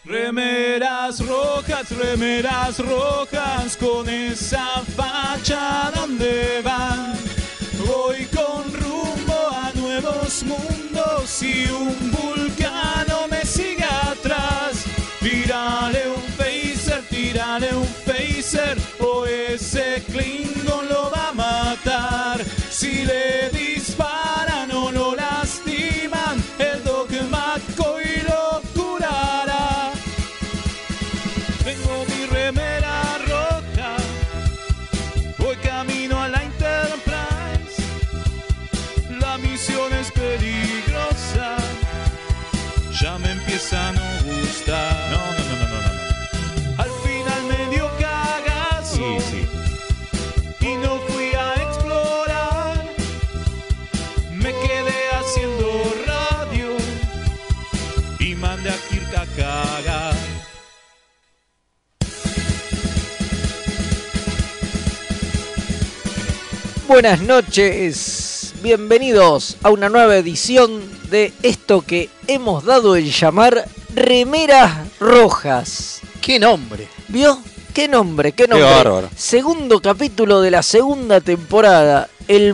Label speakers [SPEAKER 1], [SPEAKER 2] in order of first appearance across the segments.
[SPEAKER 1] Remeras rojas, con esa facha donde van. Voy con rumbo a nuevos mundos y un vulcano me sigue atrás. Tírale un phaser, o ese Klingon lo va a matar. Si le disparan o lo lastiman, el Doc McCoy lo curará. Tengo mi remera roja, voy camino a la Enterprise. La misión es peligrosa, ya me empieza a no gustar. No. Al final me dio cagazo, sí. Y no fui a explorar. Me quedé haciendo radio y mandé a Kirk a cagar.
[SPEAKER 2] Buenas noches, bienvenidos a una nueva edición de esto que hemos dado en llamar Remeras Rojas.
[SPEAKER 3] ¡Qué nombre!
[SPEAKER 2] ¿Vio? ¿Qué nombre?
[SPEAKER 4] Qué bárbaro.
[SPEAKER 2] Segundo capítulo de la segunda temporada. El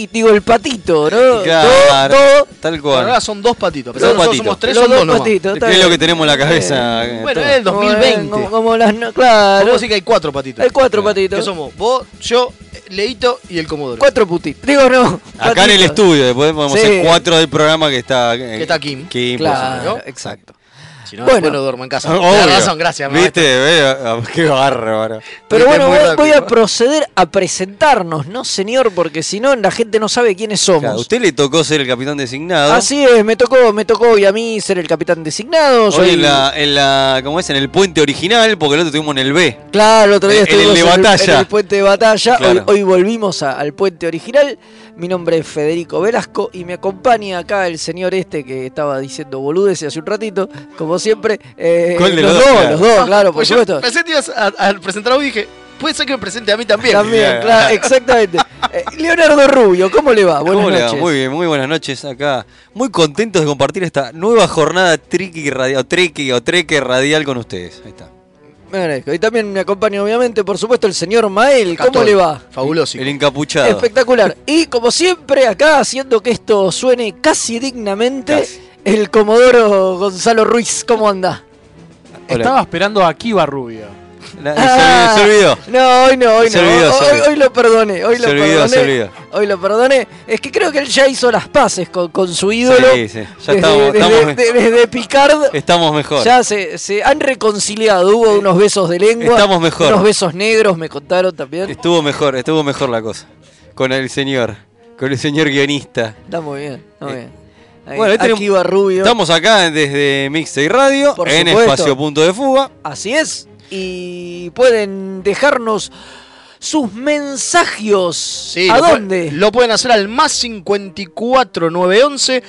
[SPEAKER 2] patito, ¿no?
[SPEAKER 4] Claro, tal cual.
[SPEAKER 3] Ahora son dos patitos.
[SPEAKER 4] Dos patitos.
[SPEAKER 3] Somos tres,
[SPEAKER 2] Los
[SPEAKER 3] son dos
[SPEAKER 2] dos
[SPEAKER 3] nomás.
[SPEAKER 2] patitos.
[SPEAKER 4] Es lo que tenemos en la cabeza.
[SPEAKER 3] Bueno, es el 2020.
[SPEAKER 2] Como las claro.
[SPEAKER 3] Podemos decir que hay cuatro patitos.
[SPEAKER 2] Hay cuatro patitos.
[SPEAKER 3] Que somos vos, yo, Leito y el Comodoro.
[SPEAKER 2] Cuatro putitos. Digo, no.
[SPEAKER 4] Acá en el estudio, después podemos hacer cuatro del programa que está.
[SPEAKER 3] Que está Kim.
[SPEAKER 2] Claro,
[SPEAKER 3] ¿no?
[SPEAKER 2] exacto.
[SPEAKER 3] Si no,
[SPEAKER 2] Bueno.
[SPEAKER 3] después no duermo en casa.
[SPEAKER 4] Obvio.
[SPEAKER 3] Tenés razón, gracias.
[SPEAKER 4] ¿Viste? Qué bárbaro.
[SPEAKER 2] Pero
[SPEAKER 3] Viste,
[SPEAKER 2] bueno,
[SPEAKER 3] muy
[SPEAKER 2] voy
[SPEAKER 3] rápido.
[SPEAKER 2] a proceder a presentarnos, ¿no, señor? Porque si no, la gente no sabe quiénes somos.
[SPEAKER 4] Claro, usted le tocó ser el capitán designado.
[SPEAKER 2] Así es, me tocó hoy a mí ser el capitán designado.
[SPEAKER 4] Hoy en la ¿cómo es? En el puente original, porque el otro estuvimos en el B.
[SPEAKER 2] Claro, el otro día
[SPEAKER 4] En el
[SPEAKER 2] estuvimos
[SPEAKER 4] de batalla.
[SPEAKER 2] en el puente de batalla.
[SPEAKER 4] Claro.
[SPEAKER 2] Hoy volvimos al puente original. Mi nombre es Federico Velasco y me acompaña acá el señor que estaba diciendo boludeces hace un ratito, como siempre.
[SPEAKER 4] ¿Cuál de
[SPEAKER 2] los
[SPEAKER 4] los dos? Claro.
[SPEAKER 2] Los dos, claro, por
[SPEAKER 3] Pues yo
[SPEAKER 2] supuesto.
[SPEAKER 3] pensé que ibas a presentar a vos y dije, puede ser que me presente a mí también.
[SPEAKER 2] También, claro, exactamente. Leonardo Rubio, ¿cómo le va? Buenas
[SPEAKER 4] ¿Cómo le va?
[SPEAKER 2] noches.
[SPEAKER 4] Muy bien, muy buenas noches acá. Muy contentos de compartir esta nueva jornada Treque Radial con ustedes. Ahí está.
[SPEAKER 2] Me agradezco. Y también me acompaña, obviamente, por supuesto, el señor Mael. ¿Cómo
[SPEAKER 3] Catón.
[SPEAKER 2] le va?
[SPEAKER 3] Fabuloso.
[SPEAKER 4] El encapuchado.
[SPEAKER 2] Espectacular. Y como siempre, acá haciendo que esto suene casi dignamente,
[SPEAKER 4] Casi.
[SPEAKER 2] el Comodoro Gonzalo Ruiz. ¿Cómo anda?
[SPEAKER 4] Hola.
[SPEAKER 5] Estaba esperando a Kiva Rubio.
[SPEAKER 4] Se olvidó.
[SPEAKER 2] No, hoy no.
[SPEAKER 4] Se olvidó.
[SPEAKER 2] Hoy lo perdoné.
[SPEAKER 4] Se olvidó.
[SPEAKER 2] Hoy lo perdoné. Es que creo que él ya hizo las paces con su ídolo.
[SPEAKER 4] Sí. Ya estamos
[SPEAKER 2] Desde Picard.
[SPEAKER 4] Estamos mejor.
[SPEAKER 2] Ya se han reconciliado. Hubo unos besos de lengua.
[SPEAKER 4] Estamos mejor.
[SPEAKER 2] Unos besos negros, me contaron también.
[SPEAKER 4] Estuvo mejor la cosa. Con el señor guionista.
[SPEAKER 2] Está muy bien. Ahí,
[SPEAKER 4] Bueno, ahí
[SPEAKER 2] aquí va Rubio.
[SPEAKER 4] Estamos acá desde Mixtape Radio,
[SPEAKER 2] Por
[SPEAKER 4] en
[SPEAKER 2] supuesto.
[SPEAKER 4] Espacio Punto de Fuga.
[SPEAKER 2] Así es. Y pueden dejarnos sus mensajes.
[SPEAKER 3] Sí,
[SPEAKER 2] ¿A dónde?
[SPEAKER 3] Lo pueden hacer al más 54 911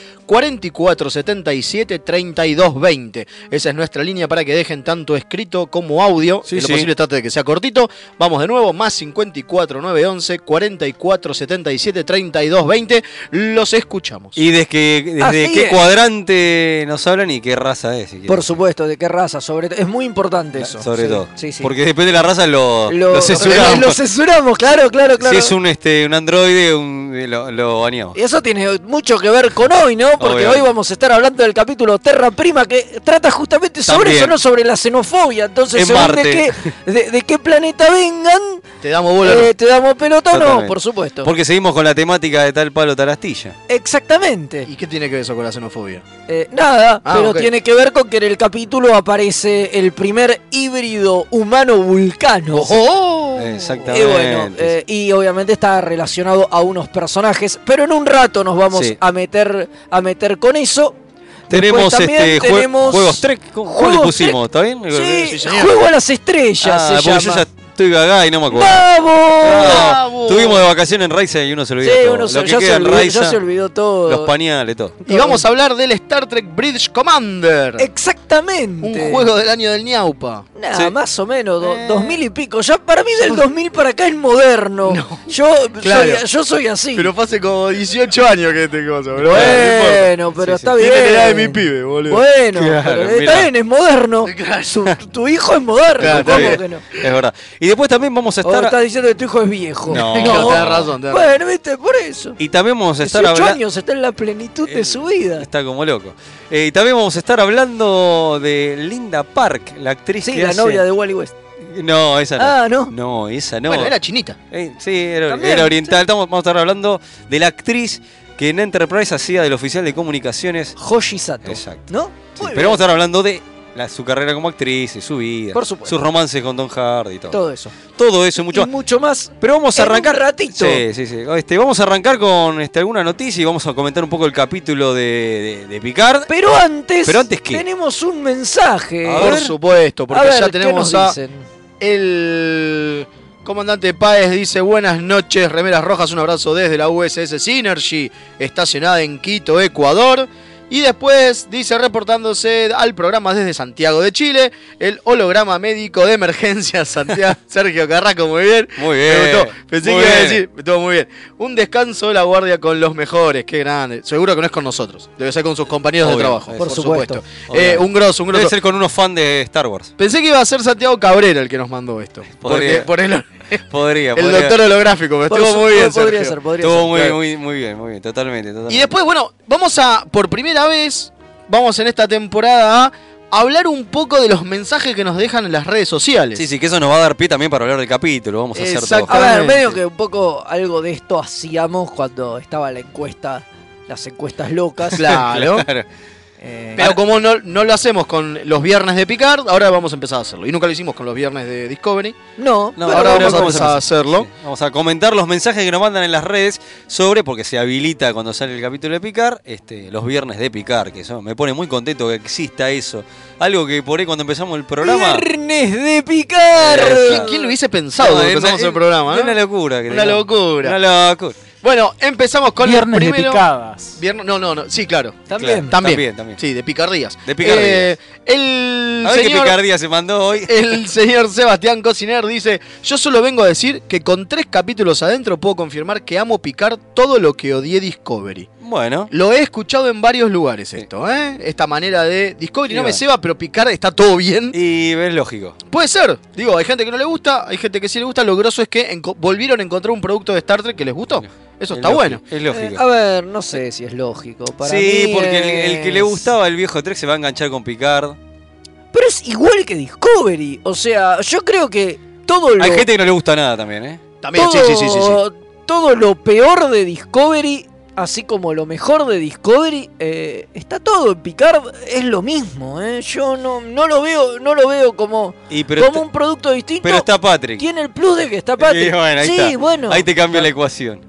[SPEAKER 3] 44 77 32 20. Esa es nuestra línea para que dejen tanto escrito como audio.
[SPEAKER 4] Sí,
[SPEAKER 3] en lo
[SPEAKER 4] sí.
[SPEAKER 3] posible trate de que sea cortito. Vamos de nuevo, más 54 911 44 77 32 20. Los escuchamos.
[SPEAKER 4] Y desde
[SPEAKER 2] Así
[SPEAKER 4] qué
[SPEAKER 2] es.
[SPEAKER 4] cuadrante nos hablan y qué raza es. Si
[SPEAKER 2] Por
[SPEAKER 4] quieren.
[SPEAKER 2] supuesto, de qué raza. Es muy importante eso.
[SPEAKER 4] Sobre
[SPEAKER 2] Sí,
[SPEAKER 4] todo.
[SPEAKER 2] Sí, sí.
[SPEAKER 4] Porque depende de la raza lo
[SPEAKER 2] Lo
[SPEAKER 4] censuramos.
[SPEAKER 2] censuramos, claro.
[SPEAKER 4] Si es un androide, lo baneamos.
[SPEAKER 2] Y eso tiene mucho que ver con hoy, ¿no? Porque
[SPEAKER 4] Obvio.
[SPEAKER 2] hoy vamos a estar hablando del capítulo Terra Prima, que trata justamente sobre
[SPEAKER 4] También.
[SPEAKER 2] eso, no sobre la xenofobia. Entonces,
[SPEAKER 4] En
[SPEAKER 2] según
[SPEAKER 4] Marte.
[SPEAKER 2] de qué planeta vengan,
[SPEAKER 3] Te damos bola.
[SPEAKER 2] ¿te damos pelota o no?
[SPEAKER 4] Totalmente.
[SPEAKER 2] Por supuesto.
[SPEAKER 4] Porque seguimos con la temática de tal palo, tal astilla.
[SPEAKER 2] Exactamente.
[SPEAKER 3] ¿Y qué tiene que ver eso con la xenofobia?
[SPEAKER 2] Nada, pero
[SPEAKER 3] ok.
[SPEAKER 2] tiene que ver con que en el capítulo aparece el primer híbrido humano-vulcano.
[SPEAKER 3] ¡Oh!
[SPEAKER 4] Exactamente.
[SPEAKER 2] Y bueno, y obviamente está relacionado a unos personajes, pero en un rato nos vamos
[SPEAKER 4] Sí.
[SPEAKER 2] a meter con eso.
[SPEAKER 4] Tenemos
[SPEAKER 2] Después también tenemos
[SPEAKER 4] juegos Trek. ¿Cómo le
[SPEAKER 2] juegos
[SPEAKER 4] pusimos? ¿Está bien?
[SPEAKER 2] Sí,
[SPEAKER 3] Sí, señor.
[SPEAKER 2] Juego a las estrellas se
[SPEAKER 4] porque
[SPEAKER 2] llama.
[SPEAKER 4] yo estoy gaga y no me acuerdo.
[SPEAKER 2] ¡Vamos!
[SPEAKER 4] Tuvimos de vacaciones en Raiza y uno se olvidó
[SPEAKER 2] Sí,
[SPEAKER 4] todo.
[SPEAKER 2] uno
[SPEAKER 4] Lo que
[SPEAKER 2] ya,
[SPEAKER 4] queda en Raiza,
[SPEAKER 2] ya se olvidó todo.
[SPEAKER 4] los pañales, todo.
[SPEAKER 3] Y vamos a hablar del Star Trek Bridge Commander.
[SPEAKER 2] Exactamente.
[SPEAKER 3] Un juego del año del ñaupa.
[SPEAKER 2] Nada,
[SPEAKER 4] Sí.
[SPEAKER 2] más o menos, 2000 y pico. Ya para mí del 2000 para acá es moderno.
[SPEAKER 3] Claro.
[SPEAKER 2] Yo soy así.
[SPEAKER 3] Pero fue hace como 18 años que este cosa, pero bueno, no importa.
[SPEAKER 2] Bueno, pero
[SPEAKER 4] Sí,
[SPEAKER 2] está
[SPEAKER 4] sí.
[SPEAKER 2] bien.
[SPEAKER 3] Tiene la edad de mi pibe, boludo.
[SPEAKER 2] Bueno,
[SPEAKER 4] Claro,
[SPEAKER 2] pero
[SPEAKER 4] mirá.
[SPEAKER 2] está bien, es moderno.
[SPEAKER 3] Claro.
[SPEAKER 2] Tu hijo es moderno,
[SPEAKER 3] Claro, está
[SPEAKER 2] ¿cómo
[SPEAKER 3] bien.
[SPEAKER 2] que no?
[SPEAKER 4] Es verdad. Y después también vamos a
[SPEAKER 2] O
[SPEAKER 4] estar.
[SPEAKER 2] estás diciendo que tu hijo es viejo.
[SPEAKER 4] No.
[SPEAKER 3] Claro, tenés razón, tenés
[SPEAKER 2] Bueno, viste, por eso.
[SPEAKER 4] Y también vamos a estar
[SPEAKER 2] 18
[SPEAKER 4] hablando.
[SPEAKER 2] años, está en la plenitud de su vida.
[SPEAKER 4] Está como loco. Y también vamos a estar hablando de Linda Park, la actriz
[SPEAKER 2] Sí,
[SPEAKER 4] que
[SPEAKER 2] la
[SPEAKER 4] hace-
[SPEAKER 2] novia de Wally West.
[SPEAKER 4] No, esa no.
[SPEAKER 2] Ah, ¿no?
[SPEAKER 4] No, esa no.
[SPEAKER 3] Bueno, era chinita.
[SPEAKER 4] Sí, era,
[SPEAKER 2] También,
[SPEAKER 4] era oriental. Vamos a estar hablando de la actriz que en Enterprise hacía del oficial de comunicaciones.
[SPEAKER 2] Hoshi Sato.
[SPEAKER 4] Exacto.
[SPEAKER 2] ¿No?
[SPEAKER 4] Sí,
[SPEAKER 2] Muy
[SPEAKER 4] pero
[SPEAKER 2] bien.
[SPEAKER 4] vamos a estar hablando de su carrera como actriz, de su vida,
[SPEAKER 2] Por supuesto.
[SPEAKER 4] sus romances con Tom Hardy y todo.
[SPEAKER 2] Todo eso.
[SPEAKER 4] Todo eso y mucho
[SPEAKER 2] Y
[SPEAKER 4] más.
[SPEAKER 2] mucho más.
[SPEAKER 4] Pero vamos a
[SPEAKER 2] en
[SPEAKER 4] arrancar.
[SPEAKER 2] un ratito.
[SPEAKER 4] Sí, sí, sí. Vamos a arrancar con alguna noticia y vamos a comentar un poco el capítulo de Picard.
[SPEAKER 2] Pero antes,
[SPEAKER 4] ¿qué?
[SPEAKER 2] tenemos un mensaje.
[SPEAKER 4] A
[SPEAKER 3] Por
[SPEAKER 4] ver.
[SPEAKER 3] supuesto, porque
[SPEAKER 2] A ver,
[SPEAKER 3] ya
[SPEAKER 2] ¿qué
[SPEAKER 3] tenemos
[SPEAKER 2] nos
[SPEAKER 3] a
[SPEAKER 2] dicen?
[SPEAKER 3] el comandante Páez. Dice: buenas noches, remeras rojas, un abrazo desde la USS Synergy, estacionada en Quito, Ecuador. Y después dice, reportándose al programa desde Santiago de Chile, el holograma médico de emergencia Santiago Sergio Carrasco. Muy bien.
[SPEAKER 4] Muy bien.
[SPEAKER 3] Me gustó. Pensé
[SPEAKER 4] muy
[SPEAKER 3] que iba a
[SPEAKER 4] bien.
[SPEAKER 3] decir, estuvo muy bien. Un descanso de la guardia con los mejores. Qué grande. Seguro que no es con nosotros. Debe ser con sus compañeros
[SPEAKER 4] Obvio,
[SPEAKER 3] de trabajo.
[SPEAKER 2] por supuesto.
[SPEAKER 4] Obvio.
[SPEAKER 3] Un grosso, un
[SPEAKER 4] Debe
[SPEAKER 3] grosso.
[SPEAKER 4] ser con unos fans de Star Wars.
[SPEAKER 3] Pensé que iba a ser Santiago Cabrera el que nos mandó esto.
[SPEAKER 4] Podría.
[SPEAKER 3] Por el
[SPEAKER 4] Podría.
[SPEAKER 3] doctor holográfico. Me estuvo muy bien,
[SPEAKER 2] Podría
[SPEAKER 3] Sergio.
[SPEAKER 2] ser, podría
[SPEAKER 4] Estuvo
[SPEAKER 2] ser.
[SPEAKER 4] muy bien. Totalmente.
[SPEAKER 3] Y después, bueno, vamos a, por primera vez, vamos en esta temporada a hablar un poco de los mensajes que nos dejan en las redes sociales.
[SPEAKER 4] Sí, que eso nos va a dar pie también para hablar del capítulo. Vamos a hacer todo.
[SPEAKER 3] Exacto.
[SPEAKER 2] A ver,
[SPEAKER 3] Totalmente.
[SPEAKER 2] medio que un poco algo de esto hacíamos cuando estaba la encuesta, las encuestas locas.
[SPEAKER 3] Claro.
[SPEAKER 4] Claro.
[SPEAKER 3] Pero como no lo hacemos con los viernes de Picard, ahora vamos a empezar a hacerlo. Y nunca lo hicimos con los viernes de Discovery.
[SPEAKER 2] No,
[SPEAKER 4] No,
[SPEAKER 2] pero
[SPEAKER 3] ahora
[SPEAKER 4] pero
[SPEAKER 3] vamos a empezar a hacerlo.
[SPEAKER 4] Sí, vamos a comentar los mensajes que nos mandan en las redes sobre, porque se habilita cuando sale el capítulo de Picard, los viernes de Picard, que eso me pone muy contento que exista eso. Algo que por ahí cuando empezamos el programa.
[SPEAKER 2] Viernes de Picar.
[SPEAKER 3] ¿Quién lo hubiese pensado cuando empezamos el programa?
[SPEAKER 4] Es
[SPEAKER 3] ¿no?
[SPEAKER 4] una locura.
[SPEAKER 3] Una locura.
[SPEAKER 4] Una locura.
[SPEAKER 3] Bueno, empezamos con
[SPEAKER 5] Viernes
[SPEAKER 3] el
[SPEAKER 5] de
[SPEAKER 3] primero.
[SPEAKER 5] picadas.
[SPEAKER 3] Viernes, no, sí, claro.
[SPEAKER 2] También.
[SPEAKER 4] Claro.
[SPEAKER 3] También.
[SPEAKER 4] También.
[SPEAKER 3] Sí, de picardías.
[SPEAKER 4] De picardías.
[SPEAKER 3] El
[SPEAKER 4] A ver qué
[SPEAKER 3] señor,
[SPEAKER 4] picardía se mandó hoy.
[SPEAKER 3] el señor Sebastián Cociner dice: yo solo vengo a decir que con 3 capítulos adentro puedo confirmar que amo picar todo lo que odié Discovery.
[SPEAKER 4] Bueno.
[SPEAKER 3] Lo he escuchado en varios lugares esto, ¿eh? Esta manera de Discovery
[SPEAKER 4] Sí,
[SPEAKER 3] no me
[SPEAKER 4] va.
[SPEAKER 3] ceba, pero picar está todo bien.
[SPEAKER 4] Y es lógico.
[SPEAKER 3] Puede ser. Digo, hay gente que no le gusta, hay gente que sí le gusta. Lo grosso es que volvieron a encontrar un producto de Star Trek que les gustó. Eso
[SPEAKER 4] Es
[SPEAKER 3] está
[SPEAKER 4] lógico,
[SPEAKER 3] bueno.
[SPEAKER 4] Es lógico.
[SPEAKER 2] A ver, no sé si es lógico. Para
[SPEAKER 4] Sí,
[SPEAKER 2] mí
[SPEAKER 4] porque el que le
[SPEAKER 2] es-
[SPEAKER 4] gustaba el viejo Trek se va a enganchar con Picard.
[SPEAKER 2] Pero es igual que Discovery. O sea, yo creo que todo lo.
[SPEAKER 4] Hay gente que no le gusta nada también, ¿eh?
[SPEAKER 3] También,
[SPEAKER 2] todo,
[SPEAKER 3] sí.
[SPEAKER 2] todo lo peor de Discovery, así como lo mejor de Discovery, está todo en Picard, es lo mismo, Yo no lo veo como,
[SPEAKER 4] Y pero
[SPEAKER 2] como
[SPEAKER 4] está,
[SPEAKER 2] un producto distinto.
[SPEAKER 4] pero está Patrick.
[SPEAKER 2] Tiene el plus de que está Patrick.
[SPEAKER 4] Y bueno, ahí
[SPEAKER 2] sí,
[SPEAKER 4] está.
[SPEAKER 2] bueno.
[SPEAKER 4] Ahí te cambia la ecuación.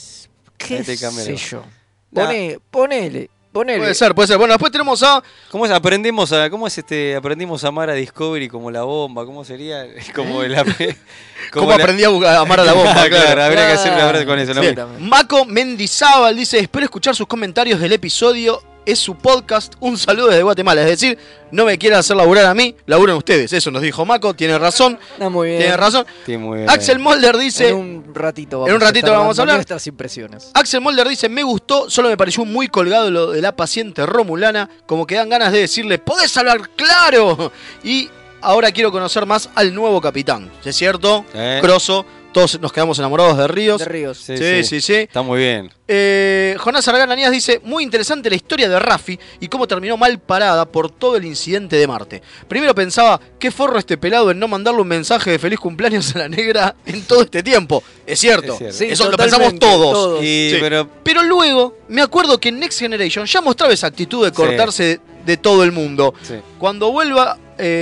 [SPEAKER 2] ¿Qué
[SPEAKER 4] ahí te cambia
[SPEAKER 2] sé
[SPEAKER 4] la-
[SPEAKER 2] yo?
[SPEAKER 4] Nah.
[SPEAKER 2] Ponele.
[SPEAKER 3] Puede ser. Bueno, después tenemos a.
[SPEAKER 4] ¿Cómo es? Aprendimos a amar a Discovery como la bomba, ¿cómo sería? Como el
[SPEAKER 3] ¿Cómo aprendí a amar a la bomba?
[SPEAKER 4] Claro, habría que hacer una verdad con eso. ¿no?
[SPEAKER 3] Bien. Mako Mendizábal dice: espero escuchar sus comentarios del episodio. Es su podcast. Un saludo desde Guatemala. Es decir, no me quieran hacer laburar a mí, laburen ustedes. Eso nos dijo Mako. Tiene razón.
[SPEAKER 2] Está muy bien.
[SPEAKER 3] Tiene razón.
[SPEAKER 4] Sí, muy bien.
[SPEAKER 3] Axel Mulder dice:
[SPEAKER 2] En un ratito
[SPEAKER 3] En un ratito
[SPEAKER 2] estar
[SPEAKER 3] vamos a
[SPEAKER 2] dando
[SPEAKER 3] hablar.
[SPEAKER 2] nuestras impresiones.
[SPEAKER 3] Axel Mulder dice: me gustó, solo me pareció muy colgado lo de la paciente romulana, como que dan ganas de decirle: ¡podés hablar claro! Y ahora quiero conocer más al nuevo capitán. ¿Es cierto? Grosso, todos nos quedamos enamorados de Ríos.
[SPEAKER 2] De Ríos.
[SPEAKER 3] Sí.
[SPEAKER 4] Está muy bien.
[SPEAKER 3] Jonás Argananías dice: muy interesante la historia de Raffi y cómo terminó mal parada por todo el incidente de Marte. Primero pensaba, qué forro este pelado en no mandarle un mensaje de feliz cumpleaños a la negra en todo este tiempo. Es cierto,
[SPEAKER 4] Es cierto.
[SPEAKER 2] Sí,
[SPEAKER 3] eso lo
[SPEAKER 2] totalmente,
[SPEAKER 3] pensamos todos.
[SPEAKER 2] todos.
[SPEAKER 4] Y,
[SPEAKER 3] Sí. Pero luego me acuerdo que en Next Generation ya mostraba esa actitud de cortarse de todo el mundo.
[SPEAKER 4] Sí.
[SPEAKER 3] Cuando vuelva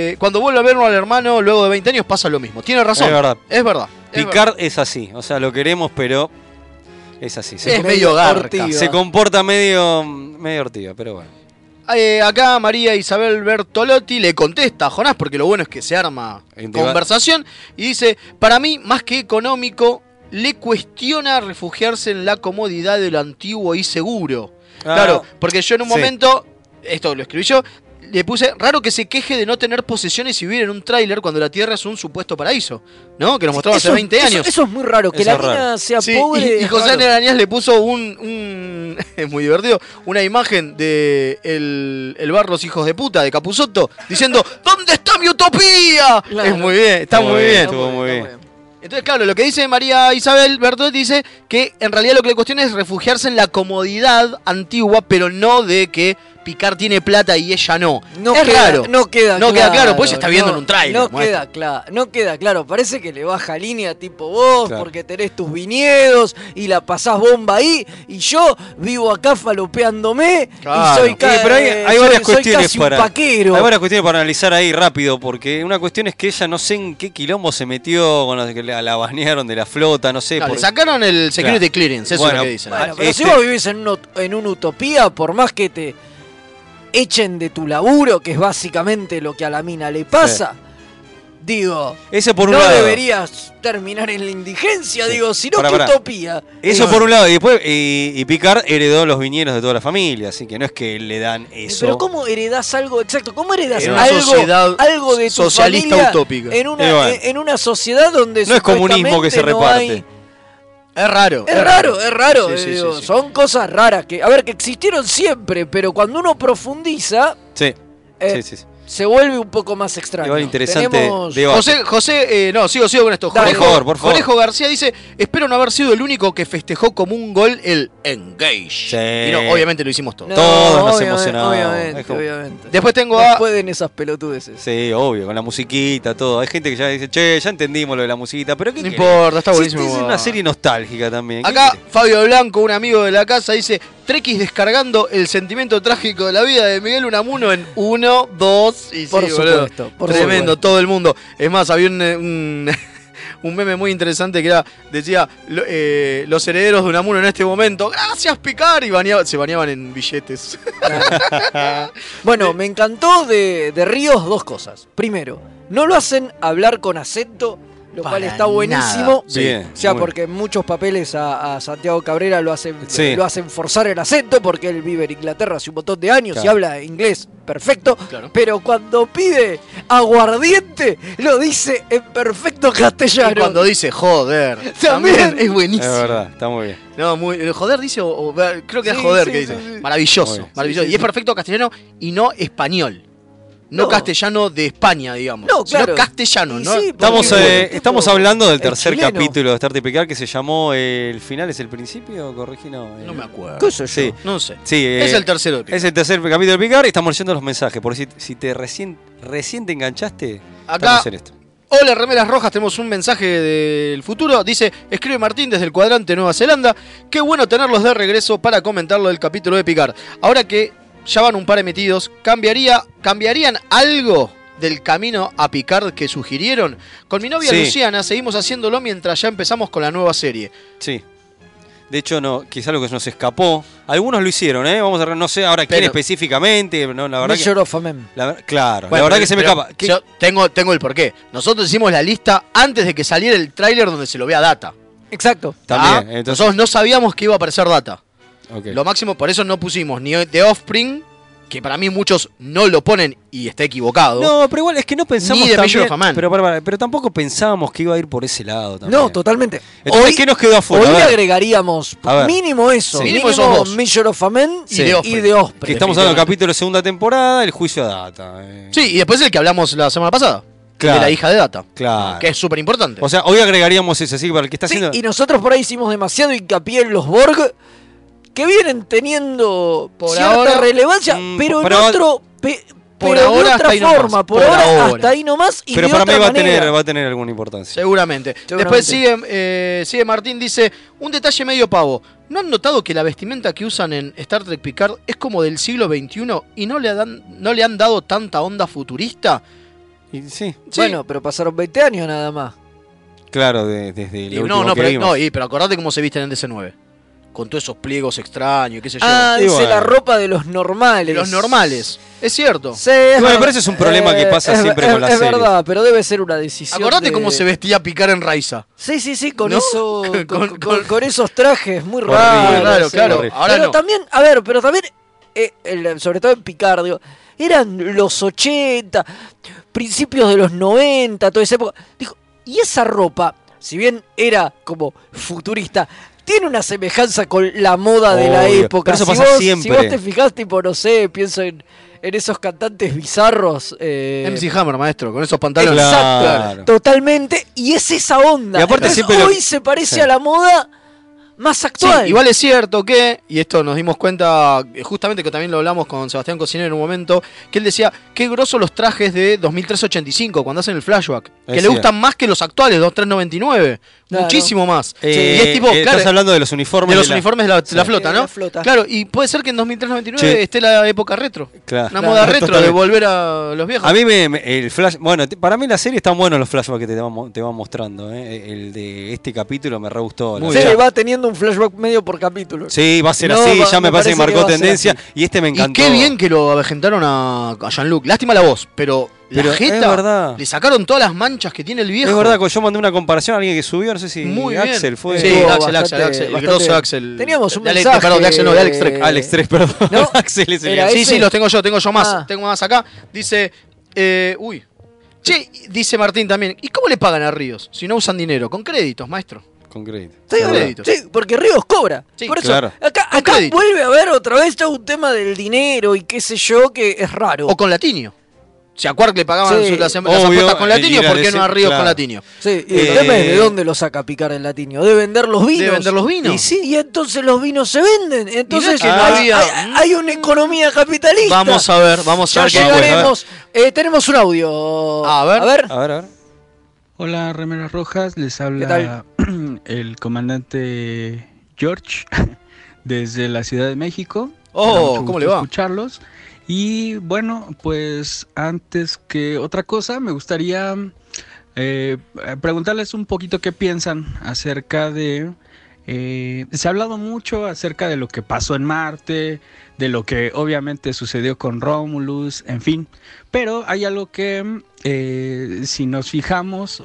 [SPEAKER 3] a verlo al hermano luego de 20 años pasa lo mismo. Tiene razón.
[SPEAKER 4] Es verdad.
[SPEAKER 3] Es verdad.
[SPEAKER 4] Picard es así. O sea, lo queremos, pero es así.
[SPEAKER 3] Es medio garca.
[SPEAKER 2] ortiga.
[SPEAKER 4] Se comporta medio ortiga, pero bueno.
[SPEAKER 3] Acá María Isabel Bertolotti le contesta a Jonás, porque lo bueno es que se arma conversación, y dice, para mí, más que económico, le cuestiona refugiarse en la comodidad de lo antiguo y seguro. Claro, porque yo en un momento, esto lo escribí yo, le puse, raro que se queje de no tener posesiones y vivir en un tráiler cuando la Tierra es un supuesto paraíso, ¿no? Que nos mostraba hace 20 años.
[SPEAKER 2] Eso es muy raro, que la mina sea pobre.
[SPEAKER 3] Y José Arañaz le puso es muy divertido, una imagen de el bar Los Hijos de Puta, de Capusotto, diciendo, ¿dónde está mi utopía?
[SPEAKER 2] Claro.
[SPEAKER 3] Es muy bien, está muy bien.
[SPEAKER 4] Estuvo muy bien.
[SPEAKER 3] Entonces, claro, lo que dice María Isabel Bertolotti dice que en realidad lo que le cuestiona es refugiarse en la comodidad antigua, pero no de que Picard tiene plata y ella no. Es raro.
[SPEAKER 2] No queda
[SPEAKER 3] claro, pues ella está viendo en un tráiler.
[SPEAKER 2] No queda claro. Parece que le baja línea tipo vos, porque tenés tus viñedos y la pasás bomba ahí, y yo vivo acá falopeándome y soy
[SPEAKER 4] pero hay varias cuestiones
[SPEAKER 2] un paquero.
[SPEAKER 4] Hay varias cuestiones para analizar ahí rápido, porque una cuestión es que ella no sé en qué quilombo se metió con los que la banearon de la flota, no sé.
[SPEAKER 3] Le sacaron el security clearance, eso es lo que dicen.
[SPEAKER 2] Bueno, pero si vos vivís en una utopía, por más que te echen de tu laburo, que es básicamente lo que a la mina le pasa, digo,
[SPEAKER 4] eso por un
[SPEAKER 2] no
[SPEAKER 4] lado.
[SPEAKER 2] Deberías terminar en la indigencia, digo, sino que utopía.
[SPEAKER 4] Eso por un lado, y después y Picard heredó los viñedos de toda la familia, así que no es que le dan eso.
[SPEAKER 2] Pero ¿cómo heredás algo? Exacto, ¿cómo heredás
[SPEAKER 3] algo
[SPEAKER 2] de tu
[SPEAKER 3] socialista
[SPEAKER 2] familia
[SPEAKER 3] utópica?
[SPEAKER 2] En una sociedad donde
[SPEAKER 4] no es comunismo que se reparte.
[SPEAKER 2] Hay...
[SPEAKER 3] Es raro.
[SPEAKER 2] Sí. Son cosas raras que, a ver, que existieron siempre, pero cuando uno profundiza, se vuelve un poco más extraño.
[SPEAKER 4] Igual interesante.
[SPEAKER 3] José, sigo con esto.
[SPEAKER 4] Por favor.
[SPEAKER 3] Conejo García dice, espero no haber sido el único que festejó como un gol el Engage.
[SPEAKER 4] Sí.
[SPEAKER 3] Y no, obviamente lo hicimos todos.
[SPEAKER 4] Todos nos emocionamos.
[SPEAKER 2] Obviamente.
[SPEAKER 3] Después tengo
[SPEAKER 2] no pueden esas pelotudeces.
[SPEAKER 4] Sí, obvio, con la musiquita, todo. Hay gente que ya dice, che, ya entendimos lo de la musiquita, pero ¿qué
[SPEAKER 3] no importa, está buenísimo.
[SPEAKER 4] Es una serie nostálgica también.
[SPEAKER 3] Acá Fabio Blanco, un amigo de la casa, dice, Trekkies descargando el sentimiento trágico de la vida de Miguel Unamuno en 1, 2 y
[SPEAKER 2] por supuesto.
[SPEAKER 3] Tremendo, todo el mundo. Es más, había un meme muy interesante que decía, los herederos de Unamuno en este momento, gracias Picard, y se bañaban en billetes.
[SPEAKER 2] Bueno, me encantó de Ríos dos cosas. Primero, no lo hacen hablar con acento, lo cual está buenísimo.
[SPEAKER 4] Bien,
[SPEAKER 2] o sea, porque en muchos papeles a Santiago Cabrera lo hacen forzar el acento, porque él vive en Inglaterra hace un montón de años y habla inglés perfecto. Claro. Pero cuando pide aguardiente, lo dice en perfecto castellano.
[SPEAKER 3] Y cuando dice joder, también es buenísimo.
[SPEAKER 4] Es verdad, está muy bien.
[SPEAKER 3] No, joder dice, creo que es joder que dice. Maravilloso. Y es perfecto castellano y no español. No castellano de España, digamos. No, claro. Sino castellano, ¿no?
[SPEAKER 2] Sí,
[SPEAKER 4] estamos hablando del tercer capítulo de Star Trek Picard que se llamó ¿El final es el principio? Corregí, no.
[SPEAKER 3] No me acuerdo.
[SPEAKER 2] ¿Qué sé yo?
[SPEAKER 3] Sí. No sé.
[SPEAKER 4] Sí,
[SPEAKER 3] es el tercero de Picard.
[SPEAKER 4] Es el tercer capítulo de Picard y estamos leyendo los mensajes. Por si te recién te enganchaste,
[SPEAKER 3] acá
[SPEAKER 4] hacer esto.
[SPEAKER 3] Hola, Remeras Rojas, tenemos un mensaje del futuro. Dice, escribe Martín desde el cuadrante Nueva Zelanda. Qué bueno tenerlos de regreso para comentarlo del capítulo de Picard. Ahora que ya van un par emitidos, ¿cambiarían algo del camino a Picard que sugirieron? Con mi novia Luciana seguimos haciéndolo mientras ya empezamos con la nueva serie.
[SPEAKER 4] Sí. De hecho, no, quizá algo que se nos escapó. Algunos lo hicieron, ¿eh? Vamos a ver, no sé ahora quién específicamente. No, la verdad claro, bueno, la verdad que se me escapa.
[SPEAKER 3] Yo tengo el porqué. Nosotros hicimos la lista antes de que saliera el tráiler donde se lo vea Data.
[SPEAKER 2] Exacto.
[SPEAKER 4] También. Entonces...
[SPEAKER 3] Nosotros no sabíamos que iba a aparecer Data.
[SPEAKER 4] Okay.
[SPEAKER 3] Lo máximo, por eso no pusimos ni The Offspring, que para mí muchos no lo ponen y está equivocado.
[SPEAKER 4] No, pero igual es que no pensamos
[SPEAKER 3] ni también,
[SPEAKER 4] pero tampoco pensábamos que iba a ir por ese lado también.
[SPEAKER 2] No, totalmente.
[SPEAKER 4] Entonces, ¿qué nos quedó afuera?
[SPEAKER 2] Hoy le agregaríamos mínimo eso.
[SPEAKER 3] Sí. Mínimo esos dos.
[SPEAKER 2] Measure of a Man y The Offspring.
[SPEAKER 4] Que estamos hablando del capítulo de segunda temporada, el juicio a Data.
[SPEAKER 3] Sí, y después el que hablamos la semana pasada. Claro. De la hija de Data.
[SPEAKER 4] Claro.
[SPEAKER 3] Que es súper importante.
[SPEAKER 4] O sea, hoy agregaríamos ese, así que para el que está haciendo...
[SPEAKER 2] Y nosotros por ahí hicimos demasiado hincapié en los Borg, que vienen teniendo cierta relevancia, pero en otro... Pero de otra forma, por ahora hasta ahí nomás. Y
[SPEAKER 4] pero
[SPEAKER 2] de
[SPEAKER 4] para
[SPEAKER 2] otra
[SPEAKER 4] mí
[SPEAKER 2] manera.
[SPEAKER 4] va a tener alguna importancia.
[SPEAKER 3] Seguramente. Después sigue Martín, dice, un detalle medio pavo. ¿No han notado que la vestimenta que usan en Star Trek Picard es como del siglo XXI y no le han dado tanta onda futurista?
[SPEAKER 4] Y sí.
[SPEAKER 2] Bueno, pero pasaron 20 años nada más.
[SPEAKER 4] Claro, desde lo último que vimos.
[SPEAKER 3] Pero acordate cómo se visten en DC9. con todos esos pliegos extraños, qué sé yo.
[SPEAKER 2] Dice
[SPEAKER 4] bueno.
[SPEAKER 2] la ropa de los normales.
[SPEAKER 3] Los normales, es cierto.
[SPEAKER 2] Sí, es
[SPEAKER 4] Bueno,
[SPEAKER 2] verdad.
[SPEAKER 4] pero ese es un problema que pasa siempre con las
[SPEAKER 2] Es
[SPEAKER 4] series.
[SPEAKER 2] verdad, pero debe ser una decisión.
[SPEAKER 3] Acordate cómo se vestía Picard en Raiza.
[SPEAKER 2] Sí, con
[SPEAKER 3] ¿No?
[SPEAKER 2] eso,
[SPEAKER 3] Con-
[SPEAKER 2] con esos trajes muy
[SPEAKER 4] Horrible.
[SPEAKER 2] raros.
[SPEAKER 3] Muy raro,
[SPEAKER 2] sí.
[SPEAKER 3] claro.
[SPEAKER 4] Horrible.
[SPEAKER 3] Ahora
[SPEAKER 2] pero
[SPEAKER 3] no.
[SPEAKER 2] también, sobre todo en Picard, digo, eran los 80, principios de los 90, toda esa época. Dijo, y esa ropa, si bien era como futurista, tiene una semejanza con la moda de la
[SPEAKER 4] Obvio,
[SPEAKER 2] época.
[SPEAKER 4] pero eso
[SPEAKER 2] si
[SPEAKER 4] pasa
[SPEAKER 2] vos,
[SPEAKER 4] siempre.
[SPEAKER 2] Si vos te fijás, tipo, no sé, pienso en esos cantantes bizarros.
[SPEAKER 3] MC Hammer, maestro, con esos pantalones.
[SPEAKER 2] Exacto,
[SPEAKER 4] Claro.
[SPEAKER 2] totalmente, y es esa onda.
[SPEAKER 4] Y aparte
[SPEAKER 2] Entonces,
[SPEAKER 4] siempre lo-
[SPEAKER 2] hoy se parece
[SPEAKER 4] Sí.
[SPEAKER 2] a la moda más
[SPEAKER 3] Sí,
[SPEAKER 2] actual.
[SPEAKER 3] igual es cierto que, y esto nos dimos cuenta, justamente que también lo hablamos con Sebastián Cocinero en un momento, que él decía, qué grosos los trajes de 2385 cuando hacen el flashback, que le
[SPEAKER 4] cierto.
[SPEAKER 3] gustan más que los actuales, 2399,
[SPEAKER 2] Claro.
[SPEAKER 3] muchísimo más. y es tipo, claro,
[SPEAKER 4] estás hablando de los uniformes.
[SPEAKER 3] de los uniformes de la flota,
[SPEAKER 2] De
[SPEAKER 3] ¿no?
[SPEAKER 2] la flota.
[SPEAKER 3] Claro, y puede ser que en 2399
[SPEAKER 4] Sí.
[SPEAKER 3] esté la época retro.
[SPEAKER 4] Claro.
[SPEAKER 3] Una moda retro de
[SPEAKER 4] Totalmente.
[SPEAKER 3] volver a los viejos.
[SPEAKER 4] A mí el flash, bueno, para mí la serie están buenos los flashbacks que te van mostrando. El de este capítulo me re gustó. la
[SPEAKER 3] Muy
[SPEAKER 2] Sí,
[SPEAKER 4] verdad.
[SPEAKER 2] va teniendo un flashback medio por capítulo.
[SPEAKER 4] Sí, va a ser
[SPEAKER 2] No,
[SPEAKER 4] así, ya
[SPEAKER 2] me
[SPEAKER 4] me parece que
[SPEAKER 2] parece que
[SPEAKER 4] marcó
[SPEAKER 2] va a ser
[SPEAKER 4] tendencia.
[SPEAKER 2] así.
[SPEAKER 4] Y este me
[SPEAKER 3] Y
[SPEAKER 4] encantó.
[SPEAKER 3] qué bien que lo avejentaron a Jean-Luc. Lástima la voz, pero la
[SPEAKER 4] Pero es
[SPEAKER 3] jeta,
[SPEAKER 4] verdad.
[SPEAKER 3] le sacaron todas las manchas que tiene el viejo.
[SPEAKER 4] Es verdad que yo mandé una comparación a alguien que subió, no sé si
[SPEAKER 3] Muy bien.
[SPEAKER 4] Axel fue.
[SPEAKER 3] Sí,
[SPEAKER 2] Estuvo
[SPEAKER 3] Axel,
[SPEAKER 2] bastante-
[SPEAKER 3] el grosso
[SPEAKER 2] bastante-
[SPEAKER 3] Axel.
[SPEAKER 2] Teníamos un
[SPEAKER 3] de Alex,
[SPEAKER 2] mensaje.
[SPEAKER 3] perdón, de Axel no, de Alex Trek.
[SPEAKER 4] Alex 3, perdón.
[SPEAKER 2] ¿No?
[SPEAKER 4] Axel es el
[SPEAKER 2] Era
[SPEAKER 3] Sí,
[SPEAKER 2] ese.
[SPEAKER 3] sí, tengo yo más.
[SPEAKER 2] Ah.
[SPEAKER 3] Tengo más acá. Dice, uy. Che, dice Martín también, ¿y cómo le pagan a Ríos si no usan dinero? Con créditos, maestro.
[SPEAKER 4] con crédito.
[SPEAKER 2] Sí,
[SPEAKER 3] Con créditos.
[SPEAKER 2] sí, porque Ríos cobra.
[SPEAKER 3] Sí,
[SPEAKER 2] Por eso,
[SPEAKER 4] claro.
[SPEAKER 2] acá
[SPEAKER 3] crédito.
[SPEAKER 2] vuelve a haber otra vez todo un tema del dinero y qué sé yo, que es raro.
[SPEAKER 3] O con Latinio. Si a Quark le pagaban
[SPEAKER 2] Sí.
[SPEAKER 3] las
[SPEAKER 4] Obvio,
[SPEAKER 3] apuestas con Latinio,
[SPEAKER 4] ir a
[SPEAKER 3] ¿por qué no a
[SPEAKER 4] decir-
[SPEAKER 3] Ríos
[SPEAKER 4] claro.
[SPEAKER 3] con Latinio?
[SPEAKER 2] Sí, y el tema es de dónde lo saca Picard el latino. De vender los vinos.
[SPEAKER 3] ¿De vender los vinos?
[SPEAKER 2] Y sí, y entonces los vinos se venden. Entonces
[SPEAKER 3] que no
[SPEAKER 2] hay,
[SPEAKER 3] había-
[SPEAKER 2] hay una economía capitalista.
[SPEAKER 3] Vamos a ver, vamos a
[SPEAKER 2] Ya
[SPEAKER 3] ver qué
[SPEAKER 2] llegaremos. Tenemos un audio.
[SPEAKER 3] A ver.
[SPEAKER 4] A ver, a ver.
[SPEAKER 6] Hola, Remeras Rojas, les
[SPEAKER 2] ¿Qué
[SPEAKER 6] habla el comandante George desde la Ciudad de México.
[SPEAKER 3] Oh,
[SPEAKER 6] Me da mucho
[SPEAKER 3] ¿cómo
[SPEAKER 6] gusto
[SPEAKER 3] le va?
[SPEAKER 6] escucharlos. Y bueno, pues antes que otra cosa, me gustaría preguntarles un poquito qué piensan acerca de... se ha hablado mucho acerca de lo que pasó en Marte, de lo que obviamente sucedió con Romulus, en fin. Pero hay algo que si nos fijamos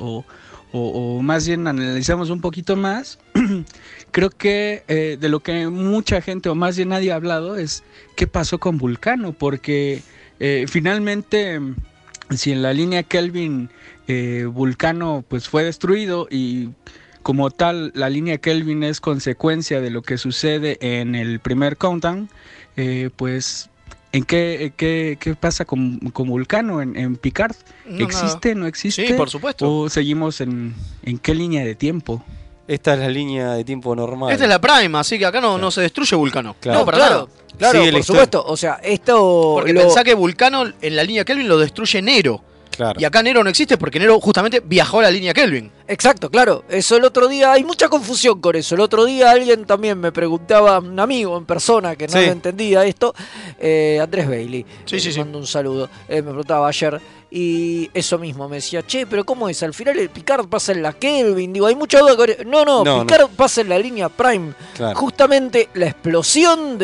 [SPEAKER 6] o más bien analizamos un poquito más, creo que de lo que mucha gente o más bien nadie ha hablado es qué pasó con Vulcano, porque finalmente si en la línea Kelvin Vulcano pues fue destruido y como tal la línea Kelvin es consecuencia de lo que sucede en el primer countdown, pues ¿en qué pasa con Vulcano en Picard?
[SPEAKER 3] No,
[SPEAKER 6] ¿Existe? ¿No existe?
[SPEAKER 3] Sí, por supuesto.
[SPEAKER 6] ¿O seguimos en qué línea de tiempo?
[SPEAKER 4] Esta es la línea de tiempo normal.
[SPEAKER 3] Esta es la Prime, así que acá no se destruye Vulcano.
[SPEAKER 4] Claro.
[SPEAKER 3] No, para
[SPEAKER 2] claro,
[SPEAKER 3] nada.
[SPEAKER 2] claro,
[SPEAKER 4] Sigue la
[SPEAKER 2] por
[SPEAKER 4] historia.
[SPEAKER 2] supuesto. O sea, esto.
[SPEAKER 3] Porque pensá que Vulcano en la línea Kelvin lo destruye Nero.
[SPEAKER 4] Claro.
[SPEAKER 3] Y acá Nero no existe porque Nero justamente viajó a la línea Kelvin.
[SPEAKER 2] Exacto, claro. Eso el otro día, hay mucha confusión con eso. El otro día alguien también me preguntaba, un amigo en persona que no
[SPEAKER 4] Sí.
[SPEAKER 2] lo entendía esto, Andrés Bailey.
[SPEAKER 3] Sí, sí,
[SPEAKER 2] Le
[SPEAKER 3] sí.
[SPEAKER 2] mando un saludo. Me preguntaba ayer y eso mismo, me decía, che, pero ¿cómo es? Al final el Picard pasa en la Kelvin. Digo, hay mucha duda con eso. No,
[SPEAKER 4] No,
[SPEAKER 2] Picard pasa en la línea Prime.
[SPEAKER 4] Claro.
[SPEAKER 2] Justamente la explosión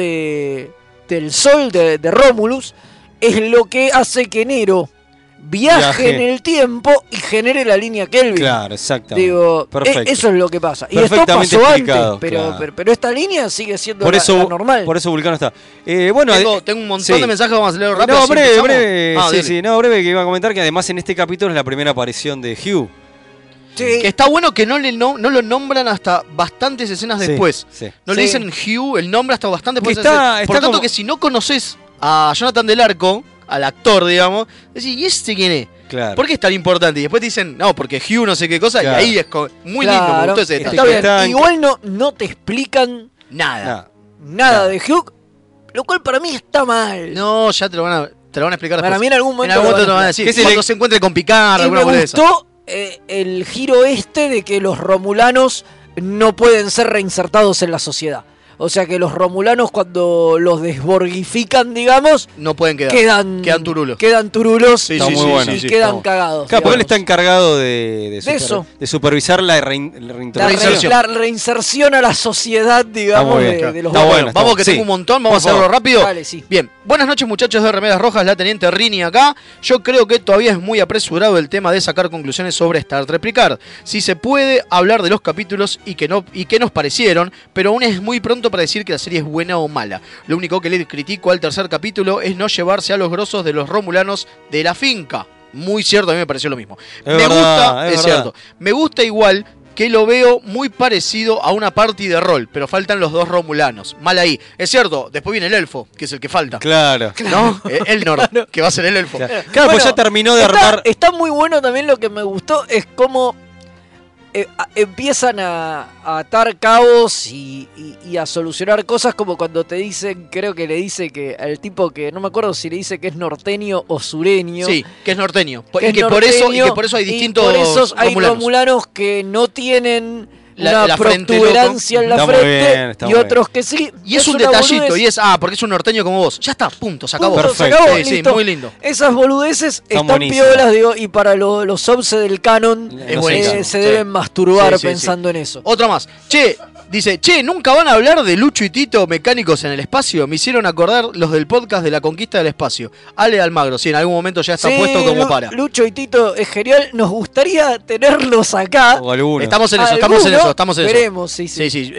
[SPEAKER 2] del sol de Romulus es lo que hace que Nero viaje en el tiempo y genere la línea Kelvin.
[SPEAKER 4] Claro, exactamente.
[SPEAKER 2] Digo,
[SPEAKER 4] Perfecto.
[SPEAKER 2] eso es lo que pasa. Y esto
[SPEAKER 4] Perfectamente
[SPEAKER 2] pasó
[SPEAKER 4] explicado,
[SPEAKER 2] antes,
[SPEAKER 4] claro.
[SPEAKER 2] pero esta línea sigue siendo
[SPEAKER 4] Por
[SPEAKER 2] la
[SPEAKER 4] eso,
[SPEAKER 2] normal.
[SPEAKER 4] por eso Vulcano está. Bueno,
[SPEAKER 3] Tengo un montón
[SPEAKER 4] sí.
[SPEAKER 3] de mensajes, vamos a leerlo rápido.
[SPEAKER 4] No,
[SPEAKER 3] así
[SPEAKER 4] breve,
[SPEAKER 3] empezamos.
[SPEAKER 4] breve.
[SPEAKER 3] Ah,
[SPEAKER 4] sí,
[SPEAKER 3] dale.
[SPEAKER 4] sí, no, breve, que iba a comentar que además en este capítulo es la primera aparición de Hugh.
[SPEAKER 2] Sí.
[SPEAKER 3] Que está bueno que no lo nombran hasta bastantes escenas
[SPEAKER 4] Sí,
[SPEAKER 3] después.
[SPEAKER 4] sí.
[SPEAKER 3] No le
[SPEAKER 2] Sí.
[SPEAKER 3] dicen Hugh, el nombre hasta bastante
[SPEAKER 4] Que
[SPEAKER 3] después.
[SPEAKER 4] está-
[SPEAKER 3] Por
[SPEAKER 4] está
[SPEAKER 3] lo tanto,
[SPEAKER 4] como-
[SPEAKER 3] que si no conoces a Jonathan Del Arco, al actor, digamos, decís, ¿y este quién es?
[SPEAKER 4] Claro.
[SPEAKER 3] ¿Por qué es tan importante? Y después dicen, no, porque Hugh no sé qué cosa,
[SPEAKER 4] Claro.
[SPEAKER 3] y ahí es muy lindo, me
[SPEAKER 2] Claro,
[SPEAKER 3] gustó ese detalle.
[SPEAKER 2] está bien.
[SPEAKER 4] Está en-
[SPEAKER 2] Igual no te explican
[SPEAKER 3] Nada.
[SPEAKER 2] nada
[SPEAKER 4] Claro.
[SPEAKER 2] de Hugh, lo cual para mí está mal.
[SPEAKER 3] No, ya te lo van a explicar
[SPEAKER 2] Para
[SPEAKER 3] después.
[SPEAKER 2] mí en algún momento,
[SPEAKER 3] te lo van a decir.
[SPEAKER 4] ¿Qué es el-
[SPEAKER 3] Cuando se encuentre con Picard,
[SPEAKER 2] Y
[SPEAKER 3] alguna
[SPEAKER 2] me
[SPEAKER 3] cosa de esa.
[SPEAKER 2] gustó el giro este de que los romulanos no pueden ser reinsertados en la sociedad. O sea que los romulanos cuando los desborgifican, digamos,
[SPEAKER 3] no pueden quedar. Quedan turulos.
[SPEAKER 2] Quedan turulos
[SPEAKER 3] y
[SPEAKER 2] quedan cagados.
[SPEAKER 4] Claro, porque él está encargado de supervisar la reinserción.
[SPEAKER 2] La reinserción a la sociedad, digamos, de los
[SPEAKER 3] bueno. Vamos que tengo un montón, vamos a hacerlo rápido.
[SPEAKER 2] Dale, sí.
[SPEAKER 3] Bien, buenas noches muchachos de Remeras Rojas, la Teniente Rini acá. Yo creo que todavía es muy apresurado el tema de sacar conclusiones sobre Star Trek Picard. Si se puede hablar de los capítulos y qué nos parecieron, pero aún es muy pronto para decir que la serie es buena o mala. Lo único que le critico al tercer capítulo es no llevarse a los grosos de los romulanos de la finca. Muy cierto, a mí me pareció lo mismo. Es cierto. Me gusta igual que lo veo muy parecido a una party de rol, pero faltan los dos romulanos. Mal ahí. Es cierto, después viene el elfo, que es el que falta.
[SPEAKER 4] Claro.
[SPEAKER 3] ¿No? El Nord, que va a ser el elfo.
[SPEAKER 4] Claro, bueno, pues ya terminó de armar.
[SPEAKER 2] Está muy bueno también. Lo que me gustó es cómo empiezan a atar cabos y a solucionar cosas, como cuando te dicen, creo que le dice que al tipo que no me acuerdo si le dice que es norteño o sureño.
[SPEAKER 3] Sí, que es norteño. Y que por eso hay distintos
[SPEAKER 2] hay romulanos que no tienen una protuberancia en la frente y otros que sí.
[SPEAKER 3] Y es un detallito, boludez. Y es, porque es un norteño como vos. Ya está, punto, se acabó.
[SPEAKER 4] Perfecto.
[SPEAKER 2] Se acabó,
[SPEAKER 3] sí, muy lindo.
[SPEAKER 2] Esas boludeces están piolas, digo, y para los subs del canon se deben masturbar pensando en eso.
[SPEAKER 3] Otra más. Dice, ¿nunca van a hablar de Lucho y Tito mecánicos en el espacio? Me hicieron acordar los del podcast de la conquista del espacio. Ale Almagro, en algún momento ya está puesto como para.
[SPEAKER 2] Lucho y Tito es genial, nos gustaría tenerlos acá.
[SPEAKER 4] O alguno.
[SPEAKER 3] Estamos en eso.
[SPEAKER 2] Veremos, sí.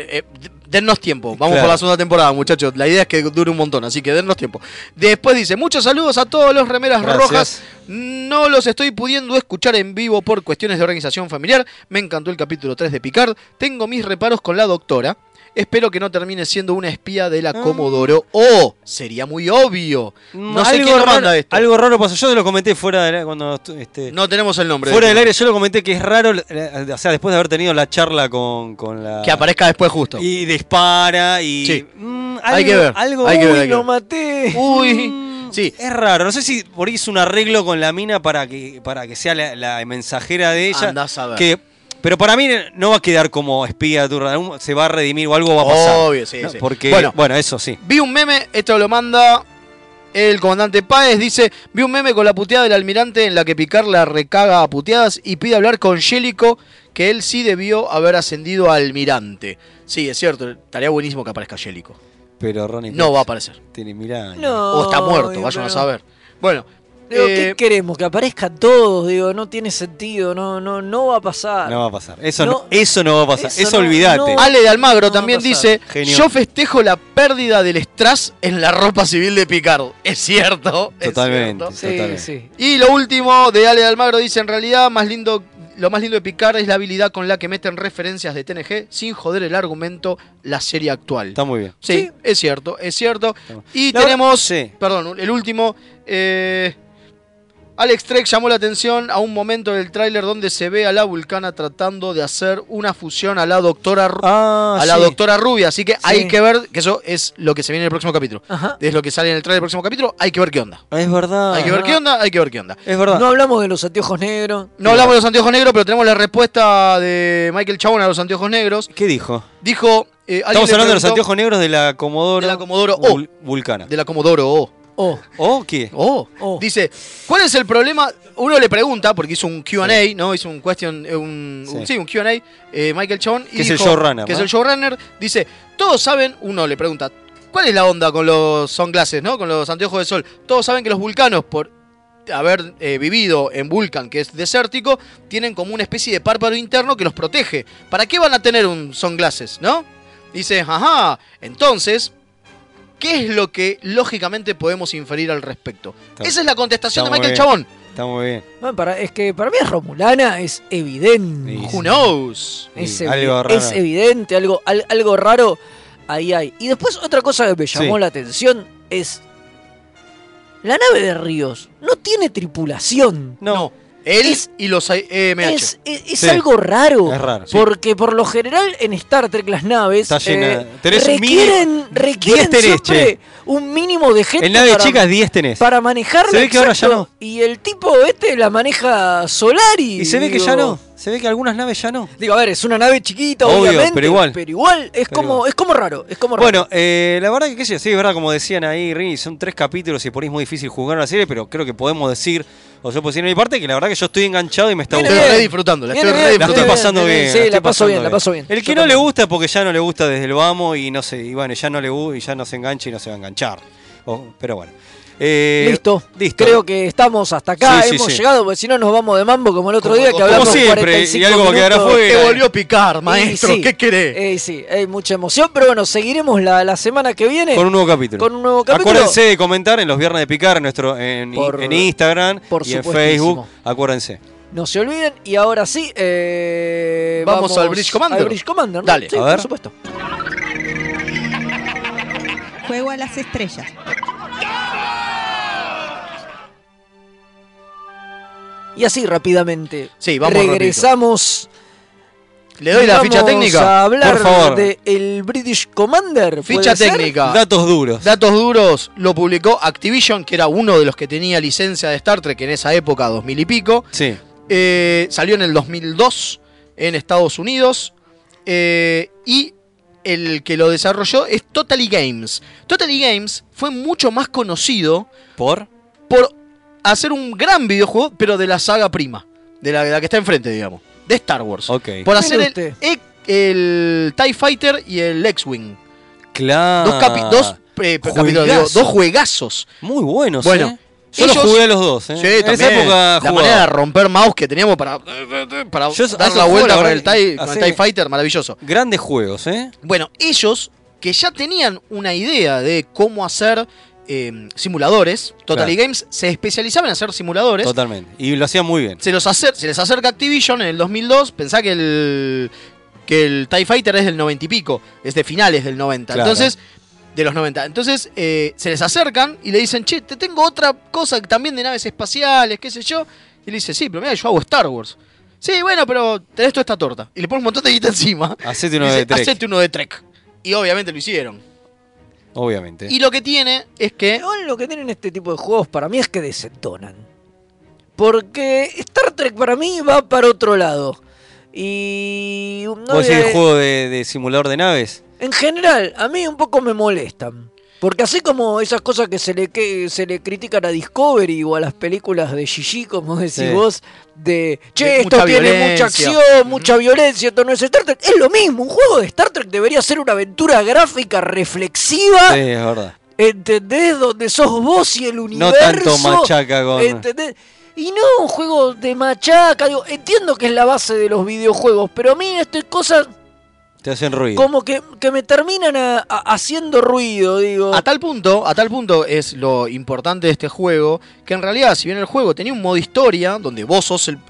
[SPEAKER 3] Dennos tiempo, vamos por la segunda temporada, muchachos. La idea es que dure un montón, así que dennos tiempo. Después dice, muchos saludos a todos los Remeras Rojas. No los estoy pudiendo escuchar en vivo por cuestiones de organización familiar. Me encantó el capítulo 3 de Picard. Tengo mis reparos con la doctora. Espero que no termine siendo una espía de la Comodoro. Sería muy obvio. No sé quién manda esto.
[SPEAKER 4] Algo raro pasó. Yo te lo comenté fuera de cuando
[SPEAKER 3] no tenemos el nombre.
[SPEAKER 4] Fuera del aire yo lo comenté que es raro, o sea, después de haber tenido la charla con la...
[SPEAKER 3] Que aparezca después justo.
[SPEAKER 4] Y dispara y...
[SPEAKER 3] Sí. Hay que ver.
[SPEAKER 2] Lo maté.
[SPEAKER 3] Sí.
[SPEAKER 4] Es raro. No sé si por ahí hizo un arreglo con la mina para que sea la mensajera de ella.
[SPEAKER 3] Andás a ver.
[SPEAKER 4] Pero para mí no va a quedar como espía, se va a redimir o algo va a pasar.
[SPEAKER 3] Obvio, sí,
[SPEAKER 4] ¿no?
[SPEAKER 3] sí.
[SPEAKER 4] Porque, bueno, eso sí.
[SPEAKER 3] Vi un meme, esto lo manda el comandante Páez, dice, vi un meme con la puteada del almirante en la que Picard la recaga a puteadas y pide hablar con Jellico, que él sí debió haber ascendido a almirante. Sí, es cierto, estaría buenísimo que aparezca Jellico.
[SPEAKER 4] Pero Ronnie
[SPEAKER 3] no va a aparecer.
[SPEAKER 4] Tiene mirada.
[SPEAKER 3] O está muerto, vayan a saber. Bueno.
[SPEAKER 2] Digo, ¿qué queremos? Que aparezcan todos, digo, no tiene sentido, no va a pasar.
[SPEAKER 4] No va a pasar. Eso no va a pasar. Eso olvídate.
[SPEAKER 3] Ale de Almagro también dice, yo festejo la pérdida del strass en la ropa civil de Picard. Es cierto.
[SPEAKER 4] Totalmente.
[SPEAKER 2] Sí.
[SPEAKER 3] Y lo último de Ale de Almagro dice, en realidad lo más lindo de Picard es la habilidad con la que meten referencias de TNG sin joder el argumento, la serie actual.
[SPEAKER 4] Está muy bien.
[SPEAKER 3] Sí. Es cierto. Y tenemos, perdón, el último... Alex Trek llamó la atención a un momento del tráiler donde se ve a la Vulcana tratando de hacer una fusión a la doctora doctora Rubia, así que hay que ver, que eso es lo que se viene en el próximo capítulo.
[SPEAKER 2] Ajá.
[SPEAKER 3] Es lo que sale en el tráiler del próximo capítulo, hay que ver qué onda.
[SPEAKER 4] Es verdad.
[SPEAKER 3] Hay que ver qué onda.
[SPEAKER 4] Es verdad.
[SPEAKER 2] No hablamos de los anteojos negros.
[SPEAKER 3] No hablamos de los anteojos negros, pero tenemos la respuesta de Michael Chabón a los anteojos negros.
[SPEAKER 4] ¿Qué dijo?
[SPEAKER 3] Dijo...
[SPEAKER 4] Estamos hablando de los anteojos negros de la Comodoro.
[SPEAKER 3] De la Comodoro
[SPEAKER 4] Vulcana.
[SPEAKER 3] De la Comodoro
[SPEAKER 4] ¿Qué?
[SPEAKER 3] Dice, ¿cuál es el problema? Uno le pregunta, porque hizo un Q&A, ¿no? Hizo un Q&A, Michael Chabón.
[SPEAKER 4] Que es el showrunner.
[SPEAKER 3] Que es el showrunner. Dice, todos saben, uno le pregunta, ¿cuál es la onda con los sunglasses, ¿no? Con los anteojos de sol. Todos saben que los vulcanos, por haber vivido en Vulcan, que es desértico, tienen como una especie de párpado interno que los protege. ¿Para qué van a tener un sunglasses, no? Dice, entonces... ¿Qué es lo que lógicamente podemos inferir al respecto? Esa es la contestación de Michael Chabón.
[SPEAKER 4] Está muy bien.
[SPEAKER 2] Bueno, es que para mí es romulana, es evidente.
[SPEAKER 3] Who knows?
[SPEAKER 2] Es evidente, algo raro ahí hay. Y después otra cosa que me llamó la atención es... La nave de Ríos no tiene tripulación.
[SPEAKER 3] No. Él y los MH.
[SPEAKER 2] Es algo raro.
[SPEAKER 4] Es raro.
[SPEAKER 2] Porque por lo general en Star Trek las naves requieren siempre un mínimo de gente.
[SPEAKER 4] En naves chicas 10 tenés.
[SPEAKER 2] Para manejarla.
[SPEAKER 4] Se ve que ahora ya no.
[SPEAKER 2] Y el tipo la maneja Solari.
[SPEAKER 4] Y se ve que ya no. Se ve que algunas naves ya no.
[SPEAKER 2] Digo, a ver, es una nave chiquita,
[SPEAKER 4] Obvio,
[SPEAKER 2] obviamente,
[SPEAKER 4] pero igual.
[SPEAKER 2] Es como raro,
[SPEAKER 4] Bueno, la verdad que sí, es verdad, como decían ahí, Rini, son 3 capítulos y por ahí es muy difícil jugar una serie, pero creo que podemos decir, o yo puedo decir en mi parte, que la verdad que yo estoy enganchado y me está gustando.
[SPEAKER 3] Estoy disfrutando, la estoy
[SPEAKER 4] pasando bien.
[SPEAKER 2] Sí, la paso bien.
[SPEAKER 4] El que no le gusta es porque ya no le gusta desde el vamos y no sé, y bueno, ya no le gusta y ya no se engancha y no se va a enganchar. Pero bueno.
[SPEAKER 2] Listo. Creo que estamos hasta acá. Hemos llegado, porque si no nos vamos de mambo como el otro día que hablamos
[SPEAKER 4] siempre,
[SPEAKER 2] 45
[SPEAKER 4] y algo
[SPEAKER 2] minutos.
[SPEAKER 4] quedará fuera.
[SPEAKER 3] Te volvió a picar, maestro. ¿Qué querés?
[SPEAKER 2] Sí, hay mucha emoción, pero bueno, seguiremos la semana que viene
[SPEAKER 4] con un nuevo capítulo. Acuérdense de comentar en los viernes de picar en Instagram y en Facebook. Acuérdense.
[SPEAKER 2] No se olviden. Y ahora sí,
[SPEAKER 3] vamos al Bridge Commander.
[SPEAKER 2] Al Bridge Commander, ¿no?
[SPEAKER 3] Dale,
[SPEAKER 2] sí,
[SPEAKER 3] a ver.
[SPEAKER 2] Por supuesto.
[SPEAKER 7] Juego a las estrellas.
[SPEAKER 2] Y así rápidamente.
[SPEAKER 3] Sí, vamos
[SPEAKER 2] regresamos.
[SPEAKER 3] Rapidito. Le doy la ficha técnica.
[SPEAKER 2] Vamos a hablar
[SPEAKER 4] por favor.
[SPEAKER 2] del British Commander.
[SPEAKER 3] Ficha técnica.
[SPEAKER 4] Datos duros.
[SPEAKER 3] Datos duros lo publicó Activision, que era uno de los que tenía licencia de Star Trek en esa época, 2000 y pico.
[SPEAKER 4] Sí.
[SPEAKER 3] Salió en el 2002 en Estados Unidos. Y el que lo desarrolló es Totally Games. Totally Games fue mucho más conocido
[SPEAKER 4] por
[SPEAKER 3] hacer un gran videojuego, pero de la saga prima, de la que está enfrente, digamos, de Star Wars.
[SPEAKER 4] Okay.
[SPEAKER 3] Por hacer el TIE Fighter y el X-Wing.
[SPEAKER 4] Claro.
[SPEAKER 3] Dos juegazos.
[SPEAKER 4] Muy buenos,
[SPEAKER 3] bueno.
[SPEAKER 4] Yo los jugué a los dos,
[SPEAKER 3] Sí,
[SPEAKER 4] en
[SPEAKER 3] también,
[SPEAKER 4] esa época
[SPEAKER 3] la manera de romper mouse que teníamos para dar la vuelta con el TIE Fighter, maravilloso.
[SPEAKER 4] Grandes juegos,
[SPEAKER 3] Bueno, ellos que ya tenían una idea de cómo hacer simuladores, Totally Games se especializaba en hacer simuladores.
[SPEAKER 4] Totalmente. Y lo hacían muy bien.
[SPEAKER 3] Se les acerca Activision en el 2002. Pensá que el TIE Fighter es del 90 y pico, es de finales del 90.
[SPEAKER 4] Claro.
[SPEAKER 3] Entonces, de los 90. Entonces, se les acercan y le dicen, che, te tengo otra cosa también de naves espaciales, qué sé yo. Y le dice, sí, pero mira, yo hago Star Wars. Sí, bueno, pero tenés toda esta torta. Y le pones un montón de guita encima.
[SPEAKER 4] Hacete uno de Trek.
[SPEAKER 3] Y obviamente lo hicieron.
[SPEAKER 4] Obviamente.
[SPEAKER 3] Y lo que tiene es que...
[SPEAKER 2] Lo que tienen este tipo de juegos para mí es que desentonan. Porque Star Trek para mí va para otro lado. Y...
[SPEAKER 4] ¿Vos decís el juego de simulador de naves?
[SPEAKER 2] En general, a mí un poco me molestan. Porque así como esas cosas que se le critican a Discovery o a las películas de Gigi, como decís vos, de che, esto tiene mucha acción, mucha violencia, esto no es Star Trek, es lo mismo. Un juego de Star Trek debería ser una aventura gráfica reflexiva.
[SPEAKER 4] Sí, es verdad.
[SPEAKER 2] ¿Entendés? Donde sos vos y el universo.
[SPEAKER 4] No tanto machaca con...
[SPEAKER 2] ¿Entendés? Y no un juego de machaca. Digo, entiendo que es la base de los videojuegos, pero a mí estas cosas...
[SPEAKER 4] Te hacen ruido.
[SPEAKER 2] Como que me terminan haciendo ruido, digo.
[SPEAKER 3] A tal punto es lo importante de este juego, que en realidad, si bien el juego tenía un modo historia, donde vos sos el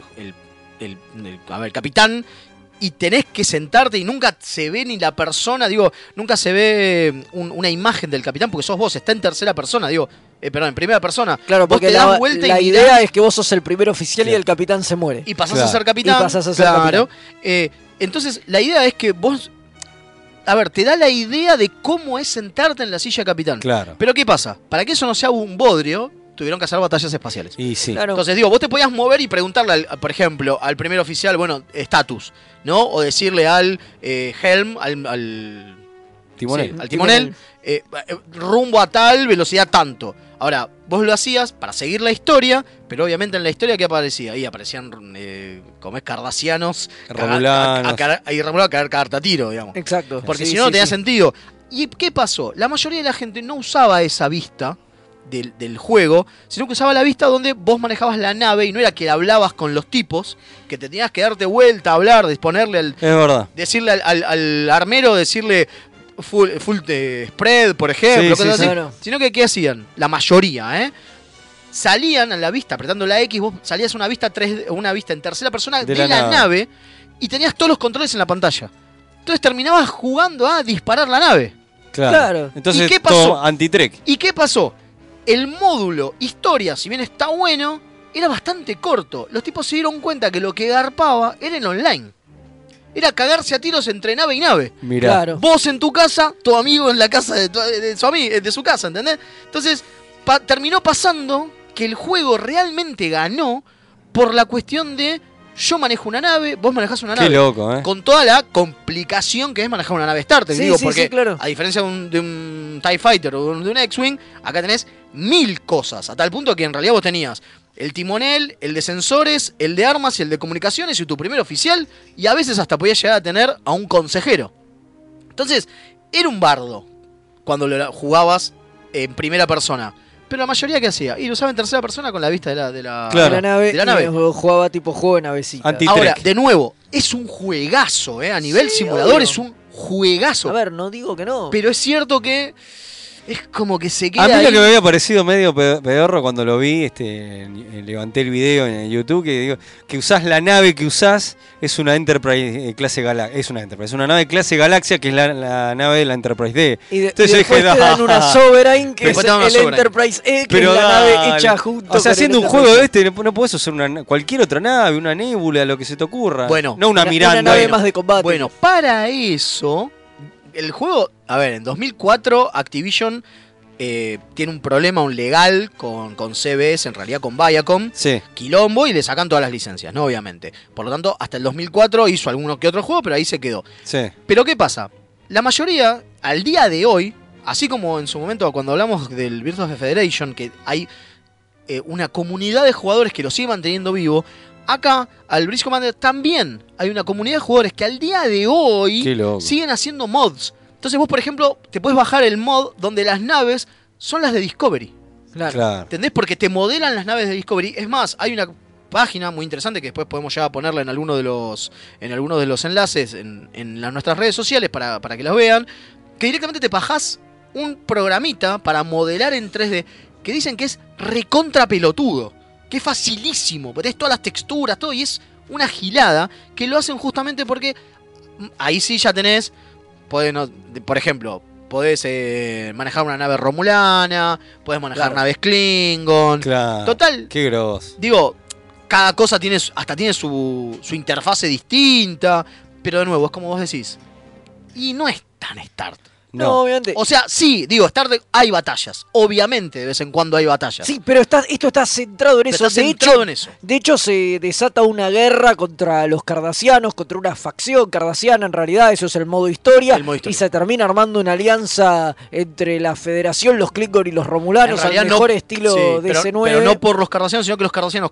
[SPEAKER 3] capitán, y tenés que sentarte y nunca se ve ni la persona, digo, nunca se ve una imagen del capitán, porque sos vos, está en tercera persona, digo, en primera persona.
[SPEAKER 2] Claro, porque la idea es que vos sos el primer oficial y el capitán se muere.
[SPEAKER 3] Y pasás a ser capitán. Capitán. Entonces, la idea es que vos... A ver, te da la idea de cómo es sentarte en la silla capitán.
[SPEAKER 4] Claro.
[SPEAKER 3] Pero ¿qué pasa? Para que eso no sea un bodrio, tuvieron que hacer batallas espaciales.
[SPEAKER 4] Y sí.
[SPEAKER 2] Claro.
[SPEAKER 3] Entonces, digo, vos te podías mover y preguntarle, por ejemplo, al primer oficial, bueno, estatus, ¿no? O decirle al Helm, al
[SPEAKER 4] timonel.
[SPEAKER 3] Sí, al timonel, rumbo a tal, velocidad tanto. Ahora, vos lo hacías para seguir la historia, pero obviamente en la historia, ¿qué aparecía? Ahí aparecían, como es, cardasianos,
[SPEAKER 4] Romulanos.
[SPEAKER 3] Ahí Romulanos a cagarte a tiro, digamos.
[SPEAKER 2] Exacto.
[SPEAKER 3] Porque si no, no tenía sentido. ¿Y qué pasó? La mayoría de la gente no usaba esa vista del juego, sino que usaba la vista donde vos manejabas la nave y no era que hablabas con los tipos, que te tenías que darte vuelta, hablar, disponerle al...
[SPEAKER 4] Es verdad.
[SPEAKER 3] Decirle al armero, decirle... Full spread, por ejemplo, cosas así. No. Sino que, ¿qué hacían? La mayoría, salían a la vista, apretando la X, vos salías a una vista 3D, una vista en tercera persona de la nave y tenías todos los controles en la pantalla. Entonces terminabas jugando a disparar la nave.
[SPEAKER 4] Claro. Entonces,
[SPEAKER 3] ¿y qué pasó?
[SPEAKER 4] Anti-Trek.
[SPEAKER 3] ¿Y qué pasó? El módulo historia, si bien está bueno, era bastante corto. Los tipos se dieron cuenta que lo que garpaba era en online. Era cagarse a tiros entre nave y nave.
[SPEAKER 4] Mirá.
[SPEAKER 2] Claro.
[SPEAKER 3] Vos en tu casa, tu amigo en la casa de su casa, ¿entendés? Entonces, terminó pasando que el juego realmente ganó por la cuestión de yo manejo una nave, vos manejás una
[SPEAKER 4] Qué
[SPEAKER 3] nave.
[SPEAKER 4] loco, ¿eh?
[SPEAKER 3] Con toda la complicación que es manejar una nave Star Trek.
[SPEAKER 2] Sí,
[SPEAKER 3] digo,
[SPEAKER 2] sí,
[SPEAKER 3] porque
[SPEAKER 2] sí, claro.
[SPEAKER 3] a diferencia de un TIE Fighter o de un X-Wing, acá tenés 1000 cosas. A tal punto que en realidad vos tenías el timonel, el de sensores, el de armas y el de comunicaciones y tu primer oficial. Y a veces hasta podías llegar a tener a un consejero. Entonces, era un bardo cuando lo jugabas en primera persona. Pero la mayoría, ¿qué hacía? Y lo usaba en tercera persona con la vista de la
[SPEAKER 2] nave.
[SPEAKER 3] de la nave.
[SPEAKER 2] Y jugaba tipo juego de navecita.
[SPEAKER 3] Ahora, de nuevo, es un juegazo, ¿eh? A nivel simulador
[SPEAKER 2] obvio.
[SPEAKER 3] es un juegazo.
[SPEAKER 2] A ver, no digo que no.
[SPEAKER 3] Pero es cierto que es como que se queda
[SPEAKER 4] A mí
[SPEAKER 3] ahí.
[SPEAKER 4] lo que me había parecido medio pedorro cuando lo vi, levanté el video en YouTube, que digo que usás la nave que usás, es una Enterprise clase Galaxia, es una nave clase Galaxia, que es la nave de la Enterprise D.
[SPEAKER 2] Y
[SPEAKER 4] Entonces yo
[SPEAKER 2] después
[SPEAKER 4] dije,
[SPEAKER 2] te dan una Sovereign, que es
[SPEAKER 3] Después te dan una
[SPEAKER 2] el
[SPEAKER 3] Sovereign.
[SPEAKER 2] Enterprise E, que
[SPEAKER 4] pero
[SPEAKER 2] es la
[SPEAKER 4] dale.
[SPEAKER 2] nave hecha junto
[SPEAKER 4] O sea,
[SPEAKER 2] con
[SPEAKER 4] haciendo
[SPEAKER 2] el
[SPEAKER 4] un juego de
[SPEAKER 2] Enterprise.
[SPEAKER 4] no podés usar cualquier otra nave, una Nebula, lo que se te ocurra.
[SPEAKER 3] Bueno,
[SPEAKER 4] no una Miranda.
[SPEAKER 2] Una nave
[SPEAKER 3] Bueno,
[SPEAKER 2] más de combate.
[SPEAKER 3] Bueno, para eso, el juego, a ver, en 2004 Activision tiene un problema, un legal con CBS, en realidad con Viacom,
[SPEAKER 4] Sí.
[SPEAKER 3] quilombo, y le sacan todas las licencias, ¿no? Obviamente. Por lo tanto, hasta el 2004 hizo alguno que otro juego, pero ahí se quedó.
[SPEAKER 4] Sí.
[SPEAKER 3] Pero ¿qué pasa? La mayoría, al día de hoy, así como en su momento cuando hablamos del Virtua Federation, que hay una comunidad de jugadores que lo sigue manteniendo vivo, acá, al Bridge Commander también hay una comunidad de jugadores que al día de
[SPEAKER 4] Qué
[SPEAKER 3] hoy
[SPEAKER 4] loco.
[SPEAKER 3] siguen haciendo mods. Entonces vos, por ejemplo, te puedes bajar el mod donde las naves son las de Discovery.
[SPEAKER 4] Claro.
[SPEAKER 3] ¿Entendés? Porque te modelan las naves de Discovery. Es más, hay una página muy interesante que después podemos ya ponerla en alguno de los enlaces en nuestras redes sociales para que las vean, que directamente te bajás un programita para modelar en 3D que dicen que es recontra pelotudo, que es facilísimo, tenés todas las texturas, todo, y es una gilada que lo hacen justamente porque ahí sí ya tenés, por ejemplo, podés manejar una nave romulana, podés manejar naves Klingon.
[SPEAKER 4] Claro.
[SPEAKER 3] Total,
[SPEAKER 4] Qué grosso.
[SPEAKER 3] digo, cada cosa tiene su interfase distinta, pero de nuevo, es como vos decís, y no es tan Star Trek.
[SPEAKER 2] No, obviamente.
[SPEAKER 3] O sea, sí, digo, Star Trek hay batallas. Obviamente, de vez en cuando hay batallas.
[SPEAKER 2] Sí, pero esto está centrado en eso.
[SPEAKER 3] Está centrado en eso.
[SPEAKER 2] De hecho, se desata una guerra contra los cardasianos, contra una facción cardasiana, en realidad, eso es el modo historia.
[SPEAKER 3] El modo historia.
[SPEAKER 2] Y se termina armando una alianza entre la Federación, los Klingon y los Romulanos,
[SPEAKER 3] En realidad
[SPEAKER 2] al mejor
[SPEAKER 3] no-
[SPEAKER 2] estilo
[SPEAKER 3] sí,
[SPEAKER 2] de
[SPEAKER 3] pero,
[SPEAKER 2] DC9.
[SPEAKER 3] pero no por los cardasianos, sino que los cardasianos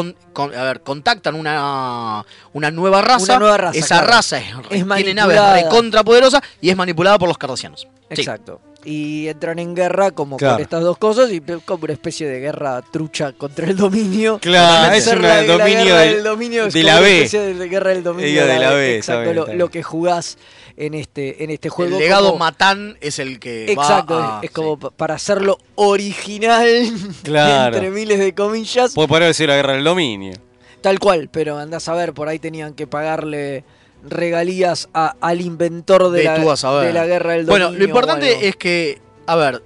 [SPEAKER 3] contactan una nueva raza.
[SPEAKER 2] Una nueva raza,
[SPEAKER 3] Esa
[SPEAKER 2] claro.
[SPEAKER 3] raza tiene naves
[SPEAKER 2] manipulada.
[SPEAKER 3] recontra poderosas y es manipulada por los cardasianos. Sí.
[SPEAKER 2] Exacto. Y entran en guerra como
[SPEAKER 4] Claro.
[SPEAKER 2] con estas dos cosas y como una especie de guerra trucha contra el dominio.
[SPEAKER 4] Claro, es
[SPEAKER 2] Ser
[SPEAKER 4] un
[SPEAKER 2] la
[SPEAKER 4] dominio
[SPEAKER 2] guerra
[SPEAKER 4] del-
[SPEAKER 2] del dominio es
[SPEAKER 4] de
[SPEAKER 2] como
[SPEAKER 4] la
[SPEAKER 2] una
[SPEAKER 4] B.
[SPEAKER 2] especie de guerra del dominio
[SPEAKER 4] Digo, de la B,
[SPEAKER 2] exacto,
[SPEAKER 4] está bien, está bien.
[SPEAKER 2] lo que jugás en este juego.
[SPEAKER 3] El legado
[SPEAKER 2] como-
[SPEAKER 3] Matán es el que
[SPEAKER 2] Exacto,
[SPEAKER 3] va a...
[SPEAKER 2] es como para hacerlo original,
[SPEAKER 4] Claro.
[SPEAKER 2] entre miles de comillas,
[SPEAKER 4] Puede poder decir la guerra del dominio.
[SPEAKER 2] tal cual, pero andás a ver, por ahí tenían que pagarle regalías al inventor de,
[SPEAKER 3] Ve tú a saber.
[SPEAKER 2] de la guerra del dominio.
[SPEAKER 3] Bueno, lo
[SPEAKER 2] o
[SPEAKER 3] importante
[SPEAKER 2] algo.
[SPEAKER 3] es que, a ver,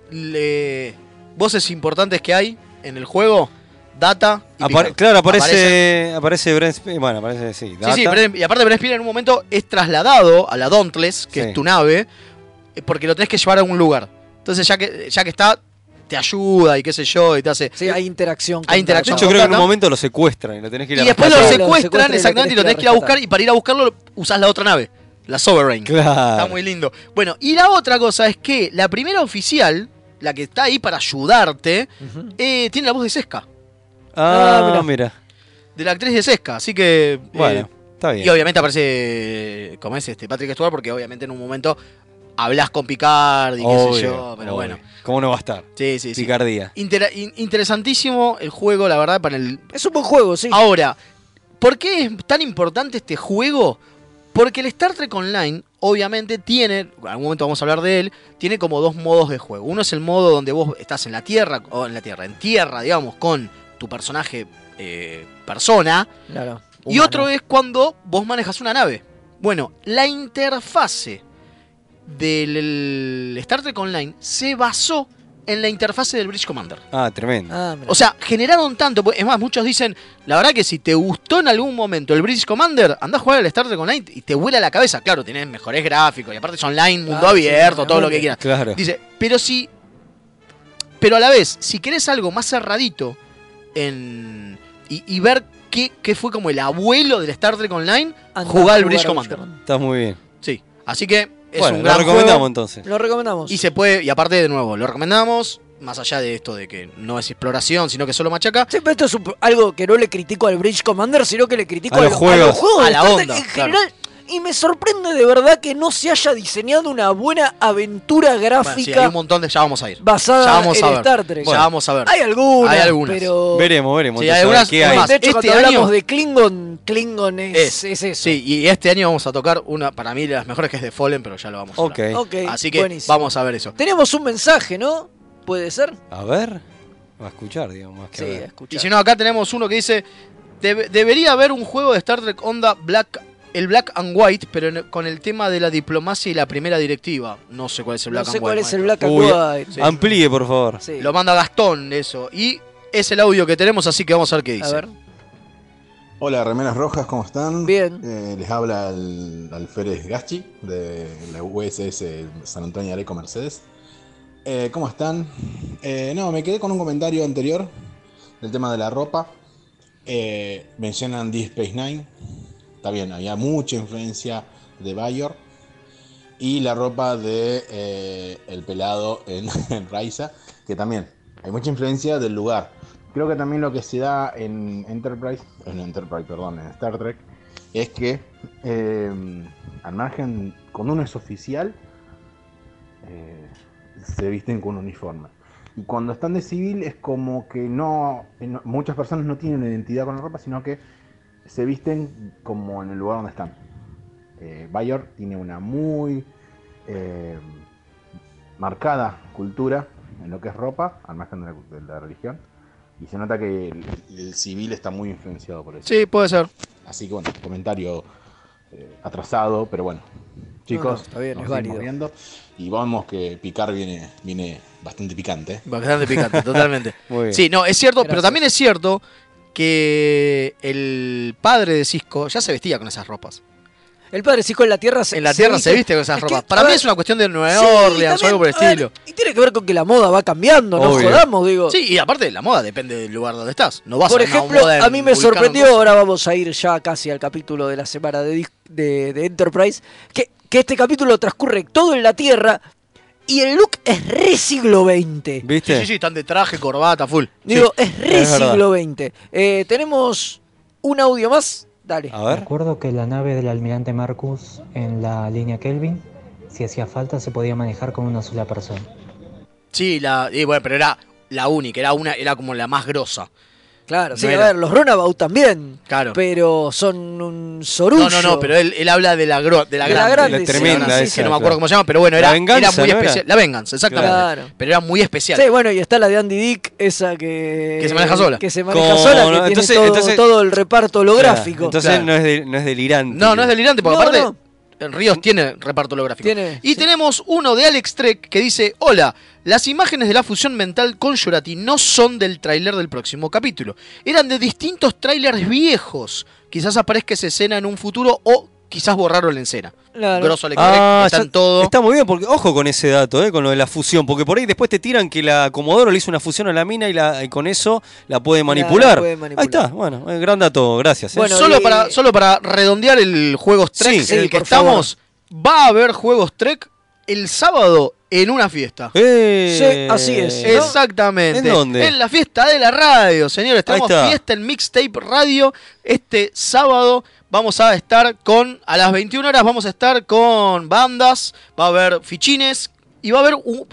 [SPEAKER 3] voces importantes que hay en el juego, Data y Picard.
[SPEAKER 4] Claro, aparece Brent Spiner, bueno, aparece, sí, Data.
[SPEAKER 3] Sí, y aparte Brent Spiner en un momento es trasladado a la Dauntless, que
[SPEAKER 4] Sí.
[SPEAKER 3] es tu nave, porque lo tenés que llevar a algún lugar. Entonces ya que está, te ayuda y qué sé yo, y te hace...
[SPEAKER 2] Sí, hay interacción.
[SPEAKER 3] Hay
[SPEAKER 2] con
[SPEAKER 3] interacción.
[SPEAKER 4] De hecho, creo que en un
[SPEAKER 3] Data.
[SPEAKER 4] momento lo secuestran y lo tenés que ir a
[SPEAKER 3] Y después lo
[SPEAKER 4] rescatar.
[SPEAKER 2] secuestran.
[SPEAKER 3] secuestran,
[SPEAKER 2] Lo
[SPEAKER 3] exactamente, y lo tenés que ir a
[SPEAKER 2] rescatar.
[SPEAKER 3] buscar, y para ir a buscarlo usás la otra nave, la Sovereign.
[SPEAKER 4] Claro.
[SPEAKER 3] Está muy lindo. Bueno, y la otra cosa es que la primera oficial, la que está ahí para ayudarte,
[SPEAKER 2] Ujú.
[SPEAKER 3] tiene la voz de Seska,
[SPEAKER 4] Ah, mira.
[SPEAKER 3] de la actriz de Seska, así que...
[SPEAKER 4] Bueno, está bien.
[SPEAKER 3] y obviamente aparece, como es Patrick Stewart, porque obviamente en un momento hablas con Picard y qué sé yo, pero
[SPEAKER 4] obvio.
[SPEAKER 3] bueno.
[SPEAKER 4] ¿Cómo no va a estar?
[SPEAKER 3] Sí, sí, sí.
[SPEAKER 4] Picardía.
[SPEAKER 3] Interesantísimo el juego, la verdad, para el...
[SPEAKER 2] Es un buen juego, sí.
[SPEAKER 3] Ahora, ¿por qué es tan importante este juego? Porque el Star Trek Online, obviamente, tiene, en algún momento vamos a hablar de él, tiene como dos modos de juego. Uno es el modo donde vos estás en tierra, digamos, con tu personaje persona.
[SPEAKER 2] Claro,
[SPEAKER 3] Y
[SPEAKER 2] humano.
[SPEAKER 3] otro es cuando vos manejas una nave. Bueno, la interfase del Star Trek Online se basó en la interfase del Bridge Commander.
[SPEAKER 4] Ah, tremendo.
[SPEAKER 2] Ah, mira.
[SPEAKER 3] O sea, generaron tanto. Es más, muchos dicen, la verdad que si te gustó en algún momento el British Commander, andá a jugar al Star Trek Online y te vuela la cabeza. Claro, tenés mejores gráficos y aparte es online, mundo
[SPEAKER 2] Ah, sí,
[SPEAKER 3] abierto, todo lo que
[SPEAKER 2] obviamente.
[SPEAKER 3] quieras.
[SPEAKER 4] Claro.
[SPEAKER 3] Dice, pero a la vez, si querés algo más cerradito y ver que fue como el abuelo del Star Trek Online,
[SPEAKER 2] Andá
[SPEAKER 3] jugar
[SPEAKER 2] a
[SPEAKER 3] al
[SPEAKER 2] jugar
[SPEAKER 3] Bridge
[SPEAKER 2] al
[SPEAKER 3] Commander.
[SPEAKER 2] Bridge
[SPEAKER 4] Está muy bien.
[SPEAKER 3] Sí, así que es
[SPEAKER 4] Bueno,
[SPEAKER 3] un
[SPEAKER 4] lo
[SPEAKER 3] gran
[SPEAKER 4] recomendamos
[SPEAKER 3] juego.
[SPEAKER 4] entonces.
[SPEAKER 2] Lo recomendamos.
[SPEAKER 3] Y se puede, y aparte de nuevo, lo recomendamos, más allá de esto de que no es exploración, sino que solo machaca.
[SPEAKER 2] Sí, pero esto es algo que no le critico al Bridge Commander, sino que le critico
[SPEAKER 4] A los juegos.
[SPEAKER 2] juegos
[SPEAKER 3] A
[SPEAKER 2] de
[SPEAKER 3] la
[SPEAKER 2] Star Trek
[SPEAKER 3] onda,
[SPEAKER 2] en
[SPEAKER 3] claro.
[SPEAKER 2] general. Y me sorprende de verdad que no se haya diseñado una buena aventura
[SPEAKER 3] Bueno, sí,
[SPEAKER 2] gráfica
[SPEAKER 3] hay un montón de, ya vamos a ir. Ya
[SPEAKER 2] basada
[SPEAKER 3] vamos
[SPEAKER 2] en
[SPEAKER 3] a ver.
[SPEAKER 2] Star Trek.
[SPEAKER 3] Ya vamos a ver.
[SPEAKER 2] Hay algunas,
[SPEAKER 3] Hay algunas.
[SPEAKER 2] pero...
[SPEAKER 4] Veremos.
[SPEAKER 3] Sí,
[SPEAKER 4] entonces,
[SPEAKER 3] hay
[SPEAKER 4] a ver
[SPEAKER 3] algunas-
[SPEAKER 4] qué
[SPEAKER 3] es
[SPEAKER 4] hay.
[SPEAKER 3] más,
[SPEAKER 2] de hecho,
[SPEAKER 3] este
[SPEAKER 2] cuando hablamos
[SPEAKER 3] año-
[SPEAKER 2] de Klingon es eso.
[SPEAKER 3] Sí, y este año vamos a tocar una, para mí, de las mejores, que es de Fallen, pero ya lo vamos a
[SPEAKER 4] Ok.
[SPEAKER 3] hablar.
[SPEAKER 2] Ok,
[SPEAKER 3] Así que
[SPEAKER 2] buenísimo.
[SPEAKER 3] vamos a ver eso.
[SPEAKER 2] Tenemos un mensaje, ¿no? ¿Puede ser?
[SPEAKER 4] A ver. Va a escuchar, digamos, más que
[SPEAKER 2] Sí,
[SPEAKER 4] a ver.
[SPEAKER 2] escucha.
[SPEAKER 3] Y si no, acá tenemos uno que dice: debería haber un juego de Star Trek onda el Black and White, pero con el tema de la diplomacia y la primera directiva. No sé cuál es el
[SPEAKER 2] No
[SPEAKER 3] Black
[SPEAKER 2] sé
[SPEAKER 3] and
[SPEAKER 2] cuál
[SPEAKER 3] White.
[SPEAKER 2] es el Black and
[SPEAKER 4] Uy,
[SPEAKER 2] White.
[SPEAKER 3] Sí.
[SPEAKER 4] Amplíe, por favor.
[SPEAKER 2] Sí.
[SPEAKER 3] Lo manda Gastón, eso. Y es el audio que tenemos, así que vamos a ver qué dice.
[SPEAKER 2] A ver.
[SPEAKER 8] Hola, Remeras Rojas, ¿cómo están?
[SPEAKER 2] Bien.
[SPEAKER 8] Les habla el Alférez Gaschi de la USS San Antonio de Areco Mercedes. ¿Cómo están? No, me quedé con un comentario anterior del tema de la ropa. Mencionan Deep Space Nine. Está bien, había mucha influencia de Bayor. Y la ropa de el pelado en Raiza, que también hay mucha influencia del lugar. Creo que también lo que se da en en Star Trek, es que al margen, cuando uno es oficial, se visten con un uniforme. Y cuando están de civil es como que muchas personas no tienen una identidad con la ropa, sino que se visten como en el lugar donde están. Bayor tiene una muy marcada cultura en lo que es ropa, al margen de la religión. Y se nota que el civil está muy influenciado por eso.
[SPEAKER 3] Sí, puede ser.
[SPEAKER 8] Así que bueno, comentario atrasado, pero bueno. Chicos,
[SPEAKER 2] está bien,
[SPEAKER 8] nos
[SPEAKER 2] es válido.
[SPEAKER 8] seguimos viendo. Y vamos que picar viene bastante picante.
[SPEAKER 3] Bastante picante, totalmente.
[SPEAKER 4] Muy bien.
[SPEAKER 3] Sí, no, es cierto, pero
[SPEAKER 2] Gracias.
[SPEAKER 3] también es cierto que el padre de Cisco ya se vestía con esas ropas.
[SPEAKER 2] El padre Cisco en la Tierra
[SPEAKER 3] En la Tierra se viste con esas
[SPEAKER 2] Es que,
[SPEAKER 3] ropas.
[SPEAKER 2] a
[SPEAKER 3] Para mí
[SPEAKER 2] ver,
[SPEAKER 3] es una cuestión de Nueva
[SPEAKER 2] sí,
[SPEAKER 3] Orleans o
[SPEAKER 2] también,
[SPEAKER 3] algo por el
[SPEAKER 2] a ver,
[SPEAKER 3] estilo.
[SPEAKER 2] y tiene que ver con que la moda va cambiando, no
[SPEAKER 4] Obvio.
[SPEAKER 2] jodamos, digo.
[SPEAKER 3] Sí, y aparte la moda depende del lugar donde estás. No vas
[SPEAKER 2] Por
[SPEAKER 3] a una
[SPEAKER 2] ejemplo,
[SPEAKER 3] moda en
[SPEAKER 2] a mí me
[SPEAKER 3] Vulcano,
[SPEAKER 2] sorprendió,
[SPEAKER 3] cosas.
[SPEAKER 2] ahora vamos a ir ya casi al capítulo de la semana de Enterprise, que este capítulo transcurre todo en la Tierra y el look es re siglo XX.
[SPEAKER 4] ¿Viste?
[SPEAKER 3] Sí, están de traje, corbata, full.
[SPEAKER 2] Digo, es re
[SPEAKER 4] es verdad.
[SPEAKER 2] siglo XX. Tenemos un audio más. Dale.
[SPEAKER 4] A ver.
[SPEAKER 9] Recuerdo que la nave del almirante Marcus en la línea Kelvin, si hacía falta, se podía manejar con una sola persona.
[SPEAKER 3] Sí, bueno, pero era la única, era como la más grosa.
[SPEAKER 2] Claro, sí,
[SPEAKER 3] No
[SPEAKER 2] a
[SPEAKER 3] era.
[SPEAKER 2] ver, los Runabout también.
[SPEAKER 3] Claro.
[SPEAKER 2] Pero son un sorullo.
[SPEAKER 3] No, pero él habla de la grande.
[SPEAKER 2] De la grande,
[SPEAKER 4] La tremenda
[SPEAKER 2] sí,
[SPEAKER 4] esa,
[SPEAKER 3] que no me acuerdo
[SPEAKER 4] claro.
[SPEAKER 3] cómo se llama, pero bueno,
[SPEAKER 4] La
[SPEAKER 3] era
[SPEAKER 4] venganza,
[SPEAKER 3] muy
[SPEAKER 4] ¿no era?
[SPEAKER 3] especial. La Venganza, exactamente.
[SPEAKER 2] Claro.
[SPEAKER 3] Pero era muy especial.
[SPEAKER 2] Sí, bueno, y está la de Andy Dick, esa que
[SPEAKER 3] se maneja sola.
[SPEAKER 2] Que se maneja
[SPEAKER 4] Con-
[SPEAKER 2] sola, que
[SPEAKER 4] entonces-
[SPEAKER 2] tiene
[SPEAKER 4] entonces-
[SPEAKER 2] todo el reparto holográfico.
[SPEAKER 4] Entonces
[SPEAKER 3] Claro.
[SPEAKER 4] no es delirante.
[SPEAKER 3] No es delirante, porque
[SPEAKER 2] No,
[SPEAKER 3] aparte
[SPEAKER 2] no.
[SPEAKER 3] en Ríos tiene reparto holográfico.
[SPEAKER 2] Tiene,
[SPEAKER 3] Y
[SPEAKER 2] sí.
[SPEAKER 3] tenemos uno de Alex Trek que dice: hola, las imágenes de la fusión mental con Yorati no son del tráiler del próximo capítulo. Eran de distintos tráilers viejos. Quizás aparezca esa escena en un futuro o quizás borraron la escena.
[SPEAKER 2] Claro.
[SPEAKER 3] Grosso Alex Trek, está en todo.
[SPEAKER 4] Está muy bien, porque ojo con ese dato, con lo de la fusión, porque por ahí después te tiran que la Comodoro le hizo una fusión a la mina y con eso la puede manipular.
[SPEAKER 2] puede manipular.
[SPEAKER 4] Ahí está, bueno, gran dato, gracias.
[SPEAKER 2] Bueno,
[SPEAKER 3] Solo
[SPEAKER 2] y-
[SPEAKER 3] para redondear el Juegos Trek
[SPEAKER 4] Sí,
[SPEAKER 3] en el
[SPEAKER 2] sí,
[SPEAKER 3] que
[SPEAKER 2] por
[SPEAKER 3] estamos, va a haber Juegos Trek el sábado en una fiesta.
[SPEAKER 2] Sí, así es. ¿no?
[SPEAKER 3] Exactamente.
[SPEAKER 4] ¿En dónde?
[SPEAKER 3] En la fiesta de la radio, señores. Tenemos
[SPEAKER 4] está.
[SPEAKER 3] fiesta en Mixtape Radio. Este sábado vamos a estar a las 21 horas vamos a estar con bandas, va a haber fichines y va a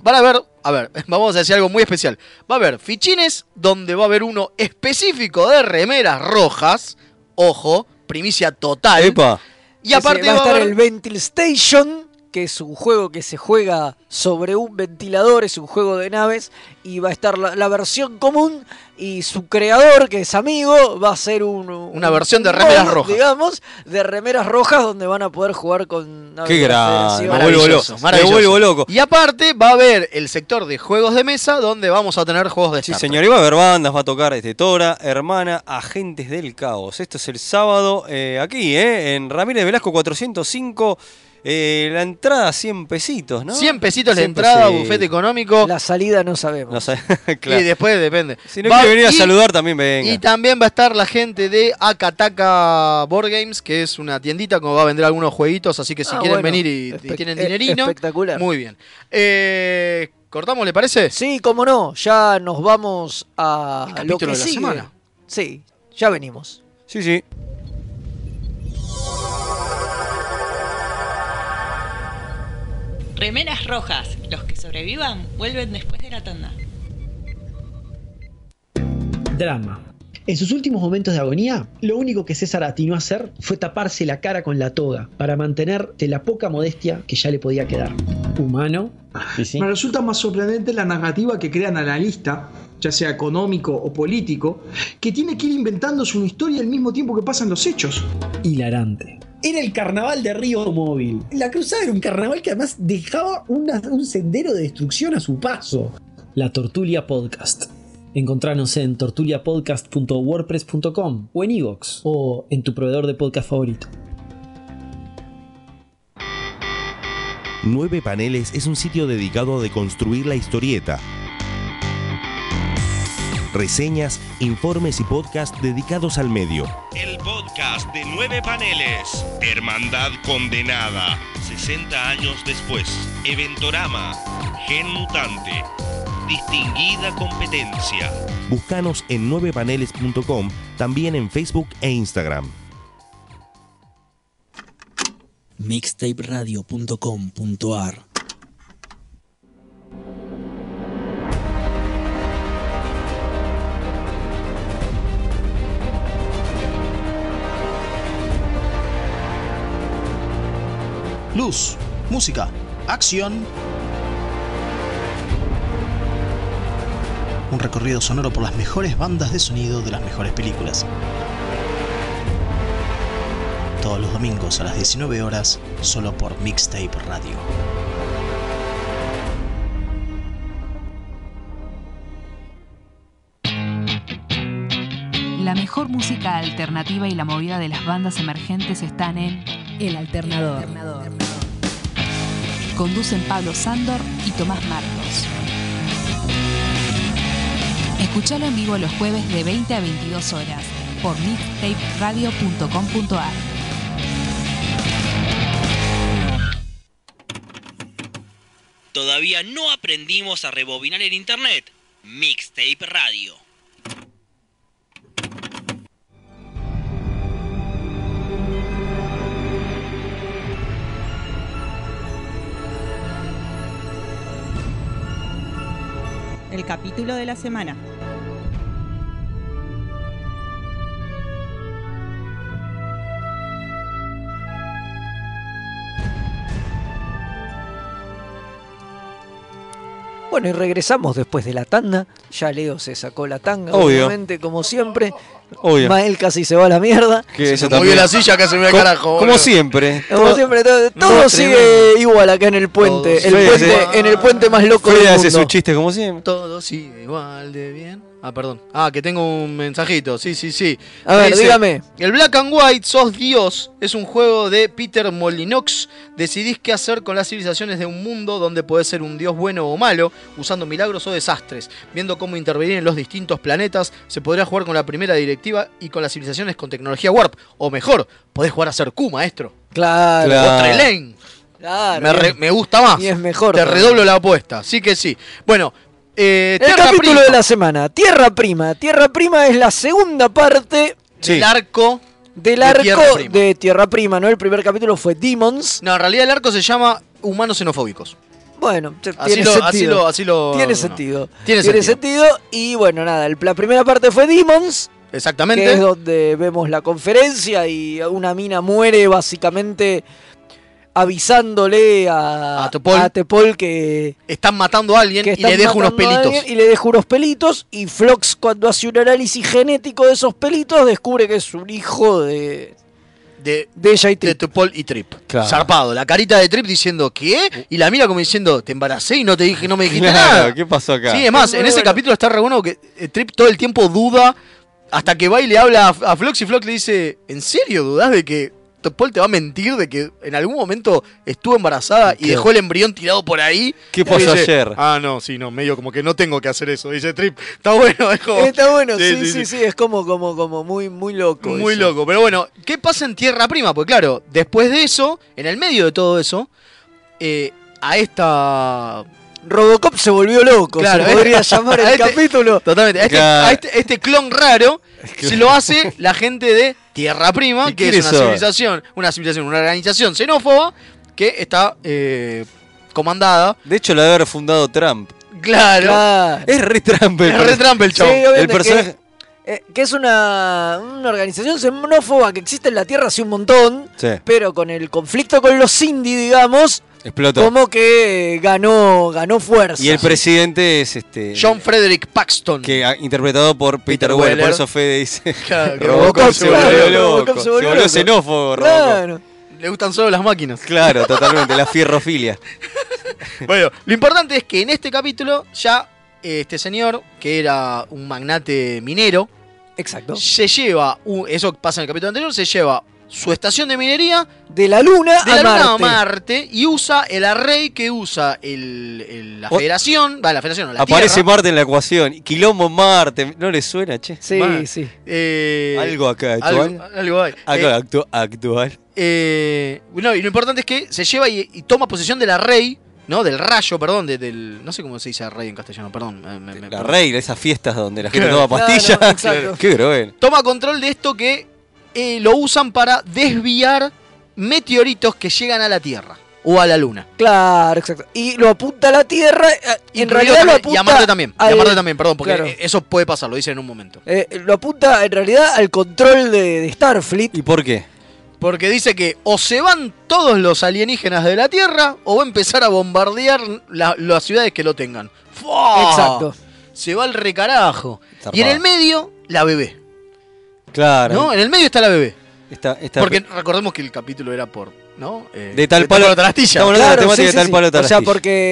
[SPEAKER 3] haber, vamos a decir algo muy especial. Va a haber fichines donde va a haber uno específico de remeras rojas. Ojo, primicia total.
[SPEAKER 4] Epa.
[SPEAKER 3] Y aparte
[SPEAKER 2] va a estar
[SPEAKER 3] haber-
[SPEAKER 2] el Ventil Station, que es un juego que se juega sobre un ventilador, es un juego de naves, y va a estar la versión común, y su creador, que es amigo, va a ser una
[SPEAKER 3] versión de remeras rojas.
[SPEAKER 2] digamos, de remeras rojas, donde van a poder jugar con naves
[SPEAKER 4] Qué
[SPEAKER 2] de la
[SPEAKER 4] grande,
[SPEAKER 2] Federación.
[SPEAKER 4] me vuelvo loco. Me
[SPEAKER 3] maravilloso.
[SPEAKER 4] vuelvo loco.
[SPEAKER 3] Y aparte va a haber el sector de juegos de mesa donde vamos a tener juegos de
[SPEAKER 4] Sí,
[SPEAKER 3] Star Trek.
[SPEAKER 4] señor, y va a haber bandas, va a tocar Tora, Hermana, Agentes del Caos. Esto es el sábado aquí, en Ramírez Velasco 405. La entrada 100 pesitos, ¿no?
[SPEAKER 3] 100 pesitos la
[SPEAKER 4] 100
[SPEAKER 3] entrada,
[SPEAKER 4] pesitos.
[SPEAKER 3] bufete económico.
[SPEAKER 2] La salida no sabemos.
[SPEAKER 4] No sé, claro.
[SPEAKER 3] Y después depende.
[SPEAKER 4] Si no
[SPEAKER 3] Va a
[SPEAKER 4] quiere venir a saludar también venga.
[SPEAKER 3] Y también va a estar la gente de Akataka Board Games, que es una tiendita como va a vender algunos jueguitos, así que si quieren venir y tienen dinerino.
[SPEAKER 2] Espectacular.
[SPEAKER 3] Muy bien. ¿Cortamos, le parece?
[SPEAKER 2] Sí, cómo no. Ya nos vamos a
[SPEAKER 3] El
[SPEAKER 2] lo que
[SPEAKER 3] capítulo de la
[SPEAKER 2] sigue.
[SPEAKER 3] semana.
[SPEAKER 2] Sí, ya venimos.
[SPEAKER 4] Sí.
[SPEAKER 10] Remeras rojas. Los que sobrevivan vuelven después de la tanda.
[SPEAKER 11] Drama. En sus últimos momentos de agonía, lo único que César atinó a hacer fue taparse la cara con la toga para mantener de la poca modestia que ya le podía quedar. Humano.
[SPEAKER 12] Me resulta más sorprendente la narrativa que crea el analista, ya sea económico o político, que tiene que ir inventándose una historia al mismo tiempo que pasan los hechos.
[SPEAKER 11] Hilarante. Era el carnaval de Río Móvil. La cruzada era un carnaval que además dejaba un sendero de destrucción a su paso. La Tortulia Podcast. Encontranos en tortuliapodcast.wordpress.com o en iVoox o en tu proveedor de podcast favorito.
[SPEAKER 13] 9 Paneles es un sitio dedicado a deconstruir la historieta. Reseñas, informes y podcasts dedicados al medio.
[SPEAKER 14] El podcast de 9 Paneles. Hermandad condenada. 60 años después. Eventorama. Gen mutante. Distinguida competencia.
[SPEAKER 13] Búscanos en 9paneles.com, también en Facebook e Instagram.
[SPEAKER 15] Mixtaperadio.com.ar.
[SPEAKER 16] Luz, música, acción. Un recorrido sonoro por las mejores bandas de sonido de las mejores películas. Todos los domingos a las 19 horas, solo por Mixtape Radio.
[SPEAKER 17] La mejor música alternativa y la movida de las bandas emergentes están en El Alternador. Conducen Pablo Sándor y Tomás Marcos. Escuchalo en vivo los jueves de 20 a 22 horas por mixtaperadio.com.ar.
[SPEAKER 18] ¿Todavía no aprendimos a rebobinar el internet? Mixtape Radio.
[SPEAKER 7] El capítulo de la semana.
[SPEAKER 2] Bueno, y regresamos después de la tanda. Ya Leo se sacó la tanga,
[SPEAKER 4] Obvio.
[SPEAKER 2] obviamente, como siempre.
[SPEAKER 4] Obvio.
[SPEAKER 2] Mael casi se va a la mierda.
[SPEAKER 4] Que
[SPEAKER 3] se movió la silla, casi me da carajo.
[SPEAKER 4] Como siempre.
[SPEAKER 2] Como siempre, todo sigue igual acá en el puente. En el puente más loco del mundo.
[SPEAKER 4] Hace su chiste como siempre.
[SPEAKER 3] Todo sigue igual de bien. Perdón. Que tengo un mensajito. Sí.
[SPEAKER 2] A ver, dígame.
[SPEAKER 3] El Black and White, Sos Dios, es un juego de Peter Molyneux. Decidís qué hacer con las civilizaciones de un mundo donde podés ser un dios bueno o malo, usando milagros o desastres. Viendo cómo intervenir en los distintos planetas, se podría jugar con la primera directiva y con las civilizaciones con tecnología Warp. O mejor, podés jugar a ser Q, maestro.
[SPEAKER 2] Claro.
[SPEAKER 3] O Trelane.
[SPEAKER 2] Claro.
[SPEAKER 3] Me gusta más.
[SPEAKER 2] Y es mejor.
[SPEAKER 3] Te redoblo la apuesta. Sí que sí. Bueno.
[SPEAKER 2] El capítulo de la semana, Tierra Prima. Tierra Prima es la segunda parte
[SPEAKER 3] del arco
[SPEAKER 2] de Tierra Prima, ¿no? El primer capítulo fue Demons.
[SPEAKER 3] No, en realidad el arco se llama Humanos Xenofóbicos.
[SPEAKER 2] Bueno, tiene sentido. Tiene sentido. Tiene sentido. Y bueno, nada, la primera parte fue Demons.
[SPEAKER 3] Exactamente.
[SPEAKER 2] Que es donde vemos la conferencia y una mina muere básicamente avisándole a Tepol que
[SPEAKER 3] están matando a alguien y le deja unos pelitos.
[SPEAKER 2] Y le deja unos pelitos. Y Phlox, cuando hace un análisis genético de esos pelitos, descubre que es un hijo de ella y Trip.
[SPEAKER 3] De Tepol y Trip.
[SPEAKER 4] Claro.
[SPEAKER 3] Zarpado. La carita de Trip diciendo ¿qué? Y la mira como diciendo, te embaracé y no me dijiste
[SPEAKER 4] Claro,
[SPEAKER 3] nada.
[SPEAKER 4] ¿qué pasó acá?
[SPEAKER 3] Sí, es más, en ese capítulo está re bueno que Trip todo el tiempo duda hasta que va y le habla a Phlox y Phlox le dice, ¿en serio dudás de que Paul te va a mentir de que en algún momento estuvo embarazada y dejó el embrión tirado por ahí.
[SPEAKER 4] ¿Qué pasó ayer?
[SPEAKER 3] No, sí, no, medio como que no tengo que hacer eso. Dice Trip, está bueno. Es como,
[SPEAKER 2] está bueno, sí, es como muy loco.
[SPEAKER 3] Muy
[SPEAKER 2] eso.
[SPEAKER 3] loco, pero bueno, ¿qué pasa en Tierra Prima? Porque claro, después de eso, en el medio de todo eso, a esta...
[SPEAKER 2] Robocop se volvió loco,
[SPEAKER 3] claro,
[SPEAKER 2] se podría llamar el capítulo.
[SPEAKER 3] Totalmente. A este clon raro se lo hace la gente de Tierra Prima, que es una organización xenófoba que está comandada.
[SPEAKER 4] De hecho, la debe haber fundado Trump.
[SPEAKER 3] Claro.
[SPEAKER 4] Es re Trump el
[SPEAKER 3] chavo.
[SPEAKER 2] Sí,
[SPEAKER 4] el personaje.
[SPEAKER 2] Que es una organización xenófoba que existe en la Tierra hace un montón, pero con el conflicto con los Sindhi, digamos,
[SPEAKER 4] explotó.
[SPEAKER 2] Como que ganó fuerza.
[SPEAKER 4] Y el presidente es
[SPEAKER 3] John Frederick Paxton.
[SPEAKER 4] Que interpretado por Peter Weller. Por eso Fede dice
[SPEAKER 3] que
[SPEAKER 4] Robocop se volvió loco. Se volvió xenófobo.
[SPEAKER 2] Claro.
[SPEAKER 3] Le gustan solo las máquinas.
[SPEAKER 4] Claro, totalmente. La fierrofilia.
[SPEAKER 3] Bueno, lo importante es que en este capítulo ya este señor, que era un magnate minero,
[SPEAKER 2] exacto,
[SPEAKER 3] se lleva, eso pasa en el capítulo anterior, se lleva su estación de minería
[SPEAKER 2] de la Luna a
[SPEAKER 3] Marte y usa el array que usa la Federación. La Federación, no, la
[SPEAKER 4] aparece
[SPEAKER 3] Tierra.
[SPEAKER 4] Marte en la ecuación. Quilombo Marte. ¿No le suena, che?
[SPEAKER 2] Sí, sí.
[SPEAKER 4] Algo acá actual.
[SPEAKER 3] Algo hay.
[SPEAKER 4] Actual.
[SPEAKER 3] Bueno, y lo importante es que se lleva y toma posesión del array. No, del rayo, perdón, no sé cómo se dice array en castellano, perdón.
[SPEAKER 4] La rey, esas fiestas donde la gente toma pastillas.
[SPEAKER 2] Exacto.
[SPEAKER 4] Qué bueno.
[SPEAKER 3] Toma control de esto que lo usan para desviar meteoritos que llegan a la Tierra o a la Luna.
[SPEAKER 2] Claro, exacto. Y lo apunta a la Tierra, en realidad lo apunta...
[SPEAKER 3] Y a Marte también, perdón, porque eso puede pasar, lo dicen en un momento.
[SPEAKER 2] Lo apunta en realidad al control de Starfleet.
[SPEAKER 4] ¿Y por qué?
[SPEAKER 3] Porque dice que o se van todos los alienígenas de la Tierra o va a empezar a bombardear las ciudades que lo tengan. ¡Fua!
[SPEAKER 2] Exacto.
[SPEAKER 3] Se va al recarajo. Y en el medio, la bebé.
[SPEAKER 4] Claro.
[SPEAKER 3] ¿No? En el medio está la bebé.
[SPEAKER 4] Porque
[SPEAKER 3] recordemos que el capítulo era por... ¿no?
[SPEAKER 4] De tal palo
[SPEAKER 3] tal astilla.
[SPEAKER 4] Estamos hablando de la temática de tal palo tal astilla.
[SPEAKER 2] O sea,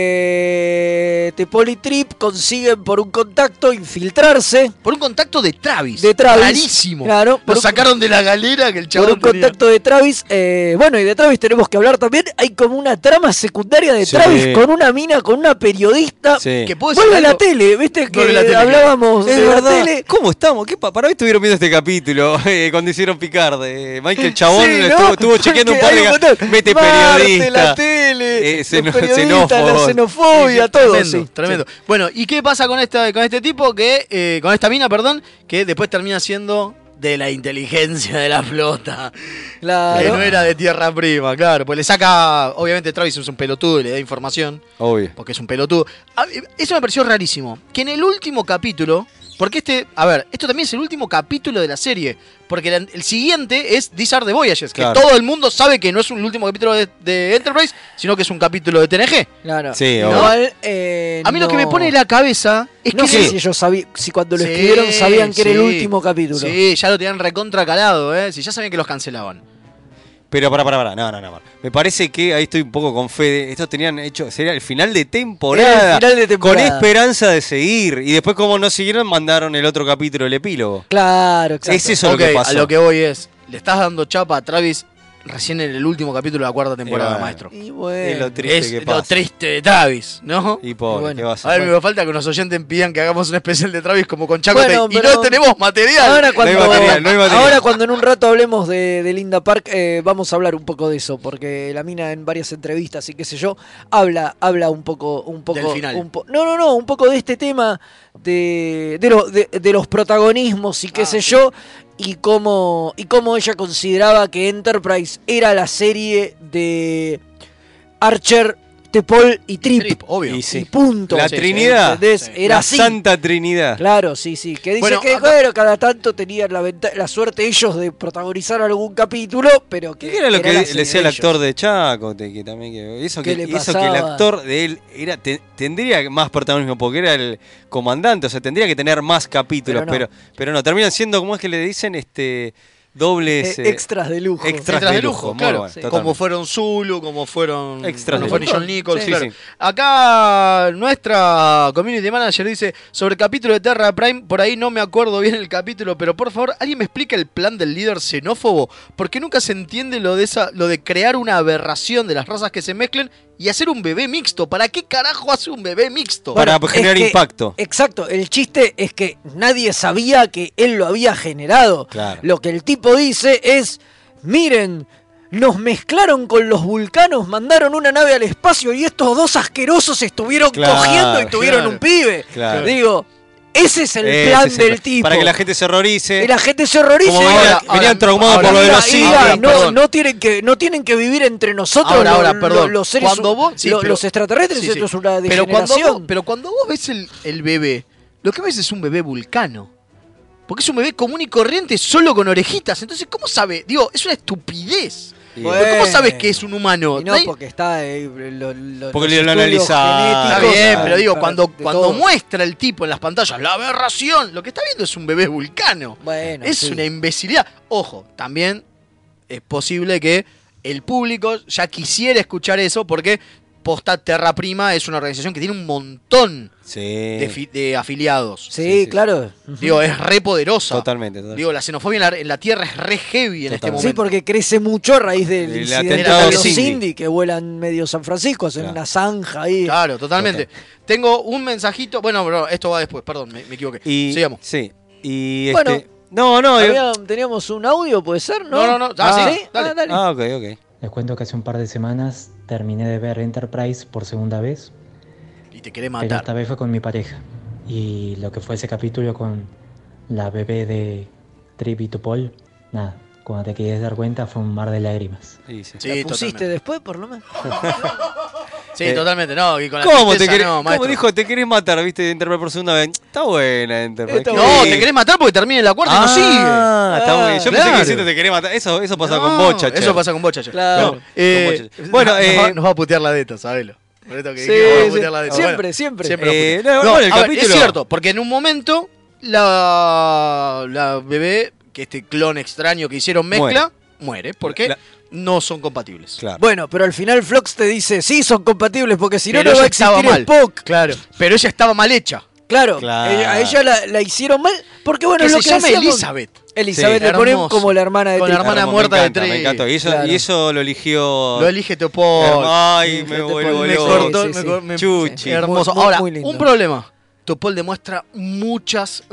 [SPEAKER 2] porque T'Pol y Trip consiguen por un contacto infiltrarse.
[SPEAKER 3] Por un contacto de Travis.
[SPEAKER 2] Rarísimo.
[SPEAKER 3] Claro. Lo sacaron de la galera que el chabón
[SPEAKER 2] por un contacto de Travis. Bueno, y de Travis tenemos que hablar también. Hay como una trama secundaria de Travis con una mina, con una periodista.
[SPEAKER 3] Que puede
[SPEAKER 2] vuelve a la tele, ¿viste? Que hablábamos
[SPEAKER 4] de
[SPEAKER 2] la tele.
[SPEAKER 4] ¿Cómo estamos? Para mí estuvieron viendo este capítulo cuando hicieron Picard. Michael Chabón estuvo chequeando un par de... Mete periodista,
[SPEAKER 2] la tele,
[SPEAKER 4] xenófobo,
[SPEAKER 2] la xenofobia, todo.
[SPEAKER 3] Tremendo. Bueno, ¿y qué pasa con este tipo con esta mina, perdón, que después termina siendo de la inteligencia de la flota?
[SPEAKER 2] Claro.
[SPEAKER 3] Que no era de Tierra Prima, claro. Pues le saca, obviamente Travis es un pelotudo y le da información.
[SPEAKER 4] Obvio.
[SPEAKER 3] Porque es un pelotudo. Eso me pareció rarísimo. Que en el último capítulo, porque esto también es el último capítulo de la serie. Porque el siguiente es These Are the Voyages, que todo el mundo sabe que no es el último capítulo de Enterprise, sino que es un capítulo de TNG.
[SPEAKER 2] Claro.
[SPEAKER 4] Sí,
[SPEAKER 2] igual,
[SPEAKER 3] a mí lo que me pone en la cabeza es
[SPEAKER 2] no
[SPEAKER 3] que...
[SPEAKER 2] sé si ellos si cuando lo escribieron sabían que era el último capítulo.
[SPEAKER 3] Sí, ya lo tenían recontra calado, si ya sabían que los cancelaban.
[SPEAKER 4] Pero para. No. Me parece que ahí estoy un poco con Fede. Estos tenían hecho, sería el final de temporada. Con esperanza de seguir. Y después, como no siguieron, mandaron el otro capítulo, el epílogo.
[SPEAKER 2] Claro, exacto.
[SPEAKER 4] Es eso lo que pasó.
[SPEAKER 3] A lo que voy es, le estás dando chapa a Travis recién en el último capítulo de la cuarta temporada, maestro.
[SPEAKER 2] Y bueno,
[SPEAKER 4] es lo triste que pasa.
[SPEAKER 3] Lo triste de Travis, ¿no?
[SPEAKER 4] Y pobre, ¿qué va a ser?
[SPEAKER 3] A ver, me falta que unos oyentes pidan que hagamos un especial de Travis como con Chacote y no tenemos material.
[SPEAKER 2] Ahora cuando en un rato hablemos de Linda Park, vamos a hablar un poco de eso, porque la mina en varias entrevistas y qué sé yo, habla un poco
[SPEAKER 3] del final.
[SPEAKER 2] un poco de este tema de los protagonismos y qué sé yo. Y cómo ella consideraba que Enterprise era la serie de Archer, T'Pol y Trip.
[SPEAKER 3] Obvio.
[SPEAKER 2] Y punto.
[SPEAKER 4] La Trinidad.
[SPEAKER 2] Era
[SPEAKER 4] la
[SPEAKER 2] así.
[SPEAKER 4] Santa Trinidad.
[SPEAKER 2] Claro, sí. Que dice que cada tanto tenían la suerte ellos de protagonizar algún capítulo, pero que...
[SPEAKER 4] ¿Qué era lo que le decía el actor de Chacote? Que también eso que el actor de él tendría más protagonismo porque era el comandante, o sea, tendría que tener más capítulos, pero no, terminan siendo, ¿cómo es que le dicen? dobles
[SPEAKER 2] extras de lujo.
[SPEAKER 3] Extras de lujo, claro.
[SPEAKER 4] Bueno,
[SPEAKER 3] como fueron Zulu, como fueron
[SPEAKER 4] extras de
[SPEAKER 3] John Nichols.
[SPEAKER 4] Sí,
[SPEAKER 3] claro.
[SPEAKER 4] sí.
[SPEAKER 3] Acá nuestra community manager dice sobre el capítulo de Terra Prime, por ahí no me acuerdo bien el capítulo, pero por favor, ¿alguien me explica el plan del líder xenófobo? Porque nunca se entiende lo de crear una aberración de las razas que se mezclen y hacer un bebé mixto. ¿Para qué carajo hace un bebé mixto?
[SPEAKER 4] Para generar impacto.
[SPEAKER 2] Exacto, el chiste es que nadie sabía que él lo había generado.
[SPEAKER 4] Claro.
[SPEAKER 2] Lo que el tipo dice es, miren, nos mezclaron con los vulcanos, mandaron una nave al espacio y estos dos asquerosos estuvieron cogiendo y tuvieron un pibe.
[SPEAKER 4] Claro.
[SPEAKER 2] Digo, ese es el plan del tipo.
[SPEAKER 4] Para que la gente se horrorice.
[SPEAKER 2] Y la gente se horrorice.
[SPEAKER 4] Como venían traumados por lo de los indios.
[SPEAKER 2] No tienen que vivir entre nosotros
[SPEAKER 3] perdón.
[SPEAKER 2] los seres los extraterrestres.
[SPEAKER 3] Sí.
[SPEAKER 2] Esto es una degeneración.
[SPEAKER 3] Pero cuando vos ves el bebé, lo que ves es un bebé vulcano. Porque es un bebé común y corriente, solo con orejitas. Entonces, ¿cómo sabe? Digo, es una estupidez. Bueno, ¿cómo sabes que es un humano?
[SPEAKER 2] Y no, porque está
[SPEAKER 3] porque lo analizaron. Está bien, pero digo, cuando muestra el tipo en las pantallas la aberración, lo que está viendo es un bebé vulcano.
[SPEAKER 2] Bueno,
[SPEAKER 3] es una imbecilidad. Ojo, también es posible que el público ya quisiera escuchar eso porque posta Terra Prima es una organización que tiene un montón de afiliados.
[SPEAKER 2] Sí, claro.
[SPEAKER 3] Digo, es re poderosa.
[SPEAKER 4] Totalmente.
[SPEAKER 3] Digo, la xenofobia en la Tierra es re heavy en este momento.
[SPEAKER 2] Sí, porque crece mucho a raíz del incidente de los Indy que vuelan medio San Francisco, hacen una zanja ahí.
[SPEAKER 3] Claro, totalmente. Tengo un mensajito. Bueno, bro, esto va después, perdón, me equivoqué. Sigamos.
[SPEAKER 4] Sí. Y
[SPEAKER 2] bueno,
[SPEAKER 4] no.
[SPEAKER 2] Teníamos un audio, ¿puede ser? No.
[SPEAKER 3] No.
[SPEAKER 2] ¿Sí?
[SPEAKER 3] Dale.
[SPEAKER 4] Ok.
[SPEAKER 9] Les cuento que hace un par de semanas terminé de ver Enterprise por segunda vez.
[SPEAKER 3] Y te querés
[SPEAKER 9] Pero
[SPEAKER 3] matar.
[SPEAKER 9] esta vez fue con mi pareja. Y lo que fue ese capítulo con la bebé de Trip y Tupol, nada, cuando te quieres dar cuenta fue un mar de lágrimas.
[SPEAKER 2] Sí, ¿la pusiste después, por lo menos?
[SPEAKER 3] Sí, totalmente, no. Y con la
[SPEAKER 4] ¿Cómo
[SPEAKER 3] tristeza,
[SPEAKER 4] te querés,
[SPEAKER 3] no,
[SPEAKER 4] ¿cómo dijo? ¿Te querés matar, viste, de Enterprise por segunda vez? Está buena Enterprise.
[SPEAKER 3] No, te querés matar porque termine la cuarta y no sigue.
[SPEAKER 4] Está muy bien. Yo pensé que diciendo te querés matar. Eso pasa con Bocha, che.
[SPEAKER 3] Eso pasa con Bocha, che.
[SPEAKER 2] Claro.
[SPEAKER 3] Bueno, nos va a putear la deta, sabelo. Por esto que
[SPEAKER 2] sí,
[SPEAKER 3] putear la deta.
[SPEAKER 2] Siempre.
[SPEAKER 3] Es cierto, porque en un momento la bebé, que este clon extraño que hicieron mezcla, muere porque no son compatibles.
[SPEAKER 4] Claro.
[SPEAKER 2] Bueno, pero al final Phlox te dice, sí, son compatibles porque si no, no
[SPEAKER 3] ella
[SPEAKER 2] va a existir Spock.
[SPEAKER 3] Claro, pero ella estaba mal hecha.
[SPEAKER 2] Claro. A ella la hicieron mal porque, bueno,
[SPEAKER 3] que
[SPEAKER 2] lo
[SPEAKER 3] se
[SPEAKER 2] que
[SPEAKER 3] llama
[SPEAKER 2] decíamos,
[SPEAKER 3] Elizabeth,
[SPEAKER 2] le ponen como la hermana de
[SPEAKER 3] con la hermana muerta de Trey.
[SPEAKER 4] Me encantó. Y eso lo eligió.
[SPEAKER 3] Lo elige Topol.
[SPEAKER 4] Ay, me vuelvo loco. Chuchi.
[SPEAKER 3] Hermoso. Ahora, un problema. Topol demuestra muchas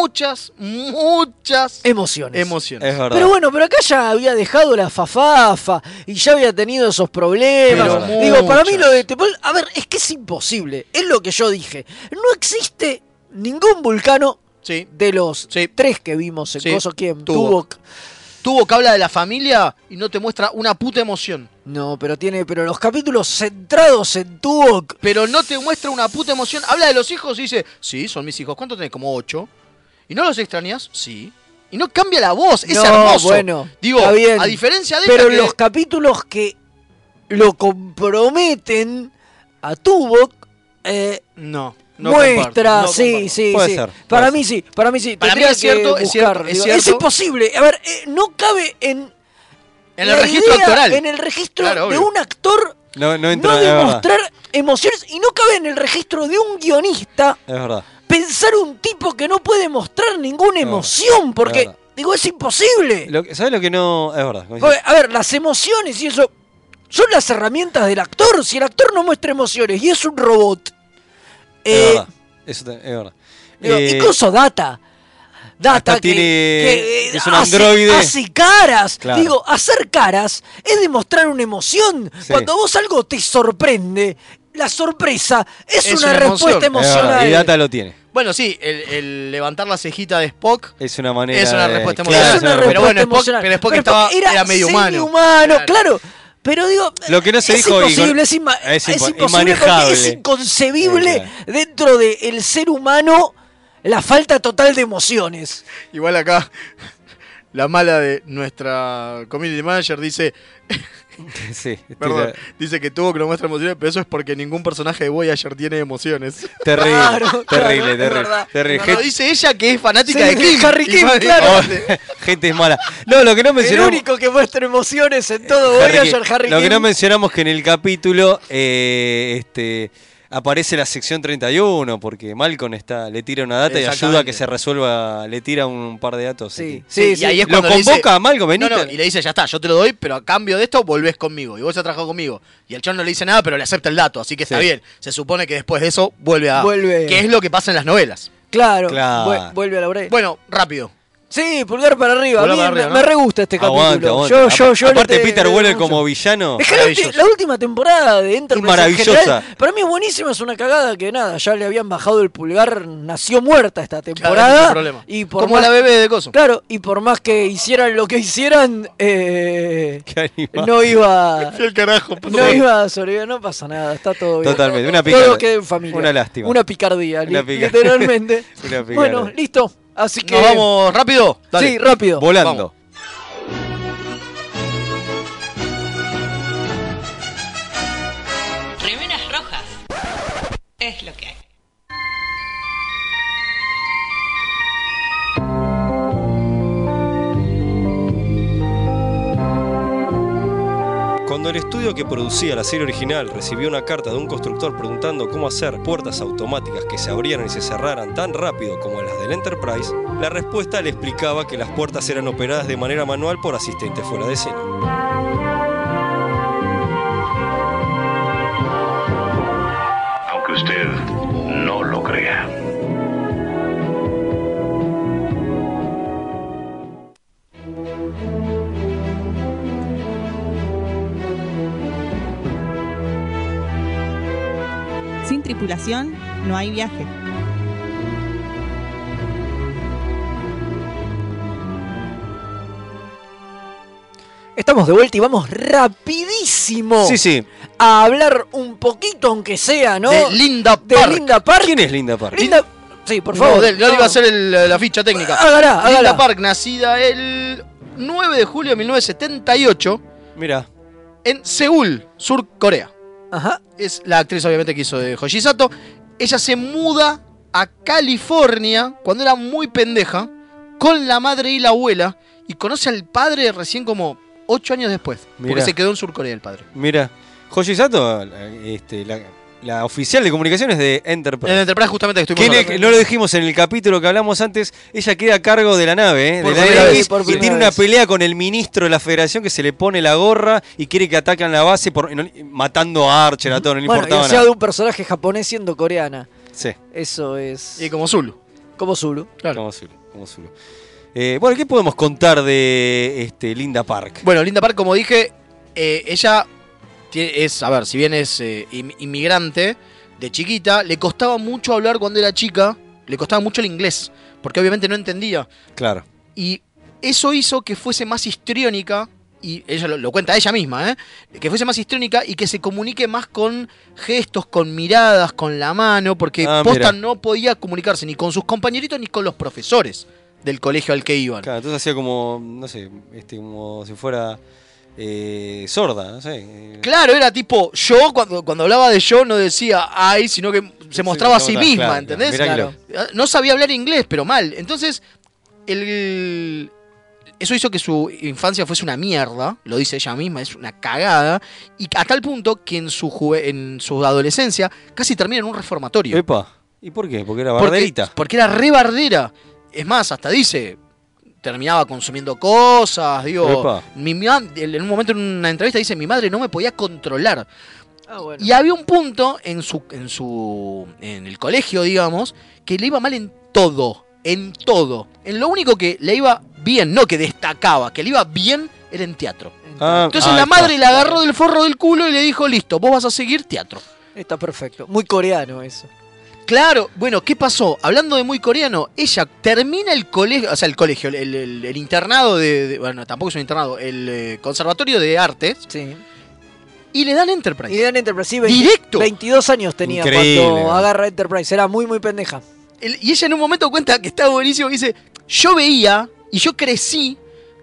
[SPEAKER 2] emociones.
[SPEAKER 4] Es verdad.
[SPEAKER 2] Pero bueno, pero acá ya había dejado la fafafa y ya había tenido esos problemas. Digo, para mí lo de Topol, a ver, es que es imposible. Es lo que yo dije. No existe ningún vulcano de los tres que vimos en Coso. ¿Quién? Tuvok.
[SPEAKER 3] Tuvok habla de la familia y no te muestra una puta emoción.
[SPEAKER 2] No, pero los capítulos centrados en Tuvok.
[SPEAKER 3] Pero no te muestra una puta emoción. Habla de los hijos y dice, sí, son mis hijos. ¿Cuántos tenés? Como 8. ¿Y no los extrañas? Sí. Y no cambia la voz. Es hermoso.
[SPEAKER 2] Bueno,
[SPEAKER 3] digo,
[SPEAKER 2] está bien,
[SPEAKER 3] a diferencia de
[SPEAKER 2] pero los capítulos que lo comprometen a Tuvok,
[SPEAKER 3] no
[SPEAKER 2] muestra,
[SPEAKER 3] comparto,
[SPEAKER 2] sí.
[SPEAKER 4] Puede ser.
[SPEAKER 2] Para mí sí.
[SPEAKER 3] Para mí es cierto, es cierto.
[SPEAKER 2] Es imposible. A ver, no cabe en
[SPEAKER 3] el registro actoral.
[SPEAKER 2] En el registro de un actor
[SPEAKER 4] no
[SPEAKER 2] demostrar emociones y no cabe en el registro de un guionista.
[SPEAKER 4] Es verdad.
[SPEAKER 2] Pensar un tipo que no puede mostrar ninguna emoción, porque, digo, es imposible.
[SPEAKER 4] ¿Sabes lo que no? Es verdad.
[SPEAKER 2] Porque, a ver, las emociones y eso son las herramientas del actor. Si el actor no muestra emociones y es un robot.
[SPEAKER 4] Es verdad. Eso es verdad.
[SPEAKER 2] Incluso Data que
[SPEAKER 4] es un androide.
[SPEAKER 2] Hace caras.
[SPEAKER 4] Claro.
[SPEAKER 2] Digo, hacer caras es demostrar una emoción.
[SPEAKER 4] Sí.
[SPEAKER 2] Cuando vos algo te sorprende, la sorpresa es una respuesta emocional.
[SPEAKER 4] Y Data lo tiene.
[SPEAKER 3] Bueno, sí, el levantar la cejita de Spock
[SPEAKER 4] es una manera.
[SPEAKER 3] Es una respuesta emocional.
[SPEAKER 2] Claro,
[SPEAKER 3] pero bueno, Spock era medio humano.
[SPEAKER 2] Claro. Pero digo,
[SPEAKER 4] lo que no se dijo
[SPEAKER 2] imposible, es imposible
[SPEAKER 4] inmanejable.
[SPEAKER 2] Es inconcebible dentro del ser humano la falta total de emociones.
[SPEAKER 3] Igual acá, la mala de nuestra community manager dice,
[SPEAKER 4] Sí,
[SPEAKER 3] Perdón, dice que tuvo que no muestra emociones, pero eso es porque ningún personaje de Voyager tiene emociones.
[SPEAKER 4] Terrible,
[SPEAKER 2] Claro,
[SPEAKER 4] terrible,
[SPEAKER 2] es verdad.
[SPEAKER 4] terrible.
[SPEAKER 3] No, dice ella que es fanática
[SPEAKER 2] Sí,
[SPEAKER 3] de Kim.
[SPEAKER 2] Harry
[SPEAKER 3] Y
[SPEAKER 2] Kim,
[SPEAKER 3] más-
[SPEAKER 2] claro.
[SPEAKER 4] Gente es mala. No, lo que no
[SPEAKER 2] El
[SPEAKER 4] mencionamos.
[SPEAKER 2] único que muestra emociones en todo Voyager, Harry
[SPEAKER 4] Lo que
[SPEAKER 2] Kim.
[SPEAKER 4] no mencionamos que en el capítulo aparece la sección 31, porque Malcolm le tira una data y ayuda a
[SPEAKER 3] Exactamente.
[SPEAKER 4] que se resuelva, le tira un par de datos.
[SPEAKER 2] Sí,
[SPEAKER 3] y ahí es
[SPEAKER 4] lo
[SPEAKER 3] cuando le
[SPEAKER 4] convoca
[SPEAKER 3] dice-
[SPEAKER 4] a Malcolm, venite.
[SPEAKER 3] No, y le dice, ya está, yo te lo doy, pero a cambio de esto volvés conmigo. Y vos ya trabajado conmigo. Y el chon no le dice nada, pero le acepta el dato, así que está
[SPEAKER 4] Sí.
[SPEAKER 3] bien. Se supone que después de eso vuelve. Que es lo que pasa en las novelas.
[SPEAKER 2] Claro,
[SPEAKER 4] Claro.
[SPEAKER 2] vuelve a la break.
[SPEAKER 3] Bueno, rápido.
[SPEAKER 2] Sí, pulgar para arriba.
[SPEAKER 3] Pulgar
[SPEAKER 2] A mí
[SPEAKER 3] para arriba,
[SPEAKER 2] me
[SPEAKER 3] ¿no?
[SPEAKER 2] re gusta este capítulo.
[SPEAKER 4] Aguante.
[SPEAKER 2] Yo
[SPEAKER 4] Aparte
[SPEAKER 2] le
[SPEAKER 4] Peter
[SPEAKER 2] le
[SPEAKER 4] Weller
[SPEAKER 2] mucho.
[SPEAKER 4] como villano.
[SPEAKER 2] Es que la última temporada de Enterprise
[SPEAKER 4] maravillosa.
[SPEAKER 2] en general, para mí es buenísima, es una cagada que nada, ya le habían bajado el pulgar, nació muerta esta
[SPEAKER 3] Claro, ese
[SPEAKER 2] temporada.
[SPEAKER 3] es el problema.
[SPEAKER 2] Y por
[SPEAKER 3] Como
[SPEAKER 2] más-
[SPEAKER 3] la bebé de Coso.
[SPEAKER 2] Claro, y por más que hicieran lo que hicieran, no iba.
[SPEAKER 3] Fui al carajo.
[SPEAKER 2] No iba a sobrevivir, no pasa nada, está todo bien.
[SPEAKER 4] Totalmente, una
[SPEAKER 2] Todo
[SPEAKER 4] picardía.
[SPEAKER 2] queda en familia.
[SPEAKER 4] Una lástima.
[SPEAKER 2] Una picardía,
[SPEAKER 4] Una picardía.
[SPEAKER 2] literalmente.
[SPEAKER 4] Una picardía.
[SPEAKER 2] Bueno, listo. Así que.
[SPEAKER 3] Nos vamos rápido. Dale.
[SPEAKER 2] Sí, rápido.
[SPEAKER 4] Volando.
[SPEAKER 10] Remeras rojas. Es lo que hay.
[SPEAKER 19] Cuando el estudio que producía la serie original recibió una carta de un constructor preguntando cómo hacer puertas automáticas que se abrieran y se cerraran tan rápido como las del Enterprise, la respuesta le explicaba que las puertas eran operadas de manera manual por asistentes fuera de escena.
[SPEAKER 20] Aunque usted no lo crea.
[SPEAKER 7] Sin tripulación no hay viaje.
[SPEAKER 2] Estamos de vuelta y vamos rapidísimo
[SPEAKER 4] Sí.
[SPEAKER 2] a hablar un poquito, aunque sea, ¿no?
[SPEAKER 3] De Linda
[SPEAKER 2] De
[SPEAKER 3] Park.
[SPEAKER 2] Linda Park.
[SPEAKER 4] ¿Quién es Linda Park?
[SPEAKER 2] Sí, por favor.
[SPEAKER 3] No iba a hacer la ficha técnica.
[SPEAKER 2] Hágala.
[SPEAKER 3] Linda Park, nacida el 9 de julio de 1978.
[SPEAKER 4] Mira.
[SPEAKER 3] En Seúl, Sur Corea.
[SPEAKER 2] Ajá.
[SPEAKER 3] Es la actriz, obviamente, que hizo de Hoshi Sato. Ella se muda a California cuando era muy pendeja con la madre y la abuela y conoce al padre recién como 8 años después. Porque
[SPEAKER 4] Mira.
[SPEAKER 3] se quedó en Sur Corea el padre.
[SPEAKER 4] Mira, Hoshi Sato, la oficial de comunicaciones de Enterprise.
[SPEAKER 3] En Enterprise justamente que estuvimos hablando.
[SPEAKER 4] No lo dijimos en el capítulo que hablamos antes, ella queda a cargo de la nave,
[SPEAKER 3] Por
[SPEAKER 4] de la
[SPEAKER 3] primera
[SPEAKER 4] nave,
[SPEAKER 3] vez, por
[SPEAKER 4] y
[SPEAKER 3] primera
[SPEAKER 4] tiene una
[SPEAKER 3] vez.
[SPEAKER 4] pelea con el ministro de la federación que se le pone la gorra y quiere que ataquen la base matando a Archer, a todo, no le
[SPEAKER 2] Bueno,
[SPEAKER 4] importaba
[SPEAKER 2] y sea
[SPEAKER 4] nada.
[SPEAKER 2] de un personaje japonés siendo coreana.
[SPEAKER 4] Sí.
[SPEAKER 2] Eso es.
[SPEAKER 3] Y como Zulu.
[SPEAKER 2] Como Zulu.
[SPEAKER 4] Como Zulu. Bueno, ¿qué podemos contar de Linda Park?
[SPEAKER 3] Bueno, Linda Park, como dije, ella es, a ver, si bien es inmigrante de chiquita, le costaba mucho hablar cuando era chica, le costaba mucho el inglés, porque obviamente no entendía.
[SPEAKER 4] Claro.
[SPEAKER 3] Y eso hizo que fuese más histriónica, y ella lo cuenta ella misma, que fuese más histriónica y que se comunique más con gestos, con miradas, con la mano, porque posta
[SPEAKER 4] mira.
[SPEAKER 3] no podía comunicarse ni con sus compañeritos ni con los profesores del colegio al que iban.
[SPEAKER 4] Claro, entonces hacía como, no sé, como si fuera sorda, no sé.
[SPEAKER 3] Claro, era tipo, yo cuando hablaba de yo no decía ay, sino que se mostraba a sí
[SPEAKER 4] claro,
[SPEAKER 3] misma,
[SPEAKER 4] claro,
[SPEAKER 3] ¿entendés?
[SPEAKER 4] mirá que
[SPEAKER 3] No sabía hablar inglés, pero mal. Entonces, eso hizo que su infancia fuese una mierda, lo dice ella misma, es una cagada, y a tal punto que en su adolescencia casi termina en un reformatorio.
[SPEAKER 4] Epa, ¿y por qué? Porque era barderita.
[SPEAKER 3] Porque era re bardera. Es más, hasta dice, terminaba consumiendo cosas, digo,
[SPEAKER 4] Epa.
[SPEAKER 3] en un momento en una entrevista dice, mi madre no me podía controlar.
[SPEAKER 2] Ah, bueno.
[SPEAKER 3] Y había un punto en el colegio, digamos, que le iba mal en todo. En todo. En lo único que le iba bien, no que destacaba, que le iba bien, era en teatro. Entonces la madre la agarró del forro del culo y le dijo, listo, vos vas a seguir teatro.
[SPEAKER 2] Está perfecto. Muy coreano eso.
[SPEAKER 3] Claro, bueno, ¿qué pasó? Hablando de muy coreano, ella termina el colegio, o sea, el internado bueno, tampoco es un internado, el conservatorio de artes.
[SPEAKER 2] Sí.
[SPEAKER 3] Y le dan Enterprise.
[SPEAKER 2] Y le dan Enterprise, sí,
[SPEAKER 3] Directo.
[SPEAKER 2] 22 años tenía
[SPEAKER 4] Increíble,
[SPEAKER 2] cuando agarra Enterprise. Era muy, muy pendeja.
[SPEAKER 3] Y ella en un momento cuenta que está buenísimo y dice, yo veía y yo crecí,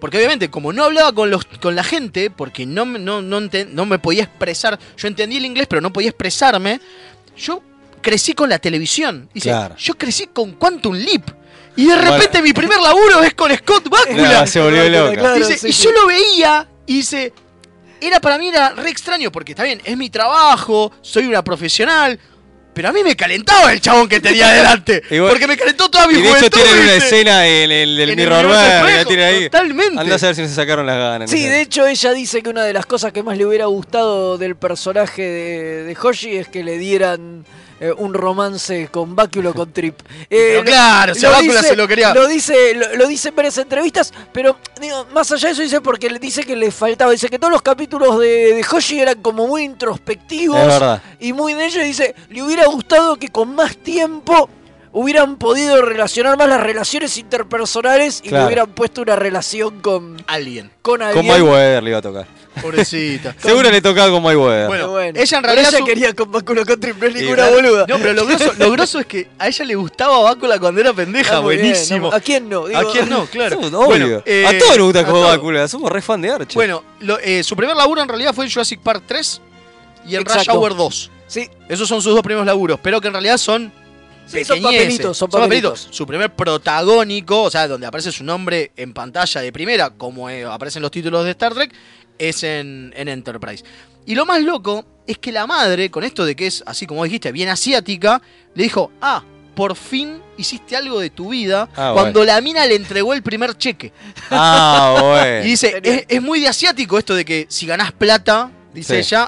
[SPEAKER 3] porque obviamente como no hablaba con la gente, porque no me podía expresar, yo entendí el inglés pero no podía expresarme, yo crecí con la televisión. Dice, yo crecí con Quantum Leap. Y de repente mi primer laburo es con Scott Bakula.
[SPEAKER 4] Se volvió loca.
[SPEAKER 3] Dice, y yo lo veía y dice, para mí era re extraño, porque está bien, es mi trabajo, soy una profesional, pero a mí me calentaba el chabón que tenía delante. Porque me calentó toda mi juventud.
[SPEAKER 4] Y de hecho tienen una escena en el Mirrorverse, la tiene ahí.
[SPEAKER 3] Totalmente.
[SPEAKER 4] Andá a ver si se sacaron las ganas.
[SPEAKER 2] Sí, de hecho ella dice que una de las cosas que más le hubiera gustado del personaje de Hoshi es que le dieran un romance con Báculo con Trip.
[SPEAKER 3] Pero claro, si Báculo se lo quería.
[SPEAKER 2] Lo dice en varias entrevistas, pero digo, más allá de eso dice porque le dice que le faltaba, dice que todos los capítulos de Hoshi eran como muy introspectivos y muy de ellos, dice, le hubiera gustado que con más tiempo hubieran podido relacionar más las relaciones interpersonales y le hubieran puesto una relación con
[SPEAKER 3] alguien.
[SPEAKER 4] Con Mayweather le iba a tocar.
[SPEAKER 3] Pobrecita.
[SPEAKER 4] Seguro le tocaba con Mayweather.
[SPEAKER 3] Bueno, ella en realidad
[SPEAKER 2] quería con Báculo con Trip, no es ninguna boluda.
[SPEAKER 3] No, pero lo grosso es que a ella le gustaba Bácula cuando era pendeja, buenísimo.
[SPEAKER 2] ¿A quién no?
[SPEAKER 3] ¿A quién no? Claro.
[SPEAKER 4] Obvio. Bueno, a todos nos gusta como Bácula, somos re fan de Archer.
[SPEAKER 3] Bueno, su primer laburo en realidad fue en Jurassic Park 3 y en Rush Hour 2.
[SPEAKER 2] Sí.
[SPEAKER 3] Esos son sus dos primeros laburos, pero que en realidad son
[SPEAKER 2] son papelitos.
[SPEAKER 3] Su primer protagónico, o sea, donde aparece su nombre en pantalla de primera, como aparecen los títulos de Star Trek, es en Enterprise. Y lo más loco es que la madre, con esto de que es, así como dijiste, bien asiática, le dijo, por fin hiciste algo de tu vida, cuando la mina le entregó el primer cheque.
[SPEAKER 4] Bueno.
[SPEAKER 3] Y dice, es muy de asiático esto de que si ganás plata, dice ella,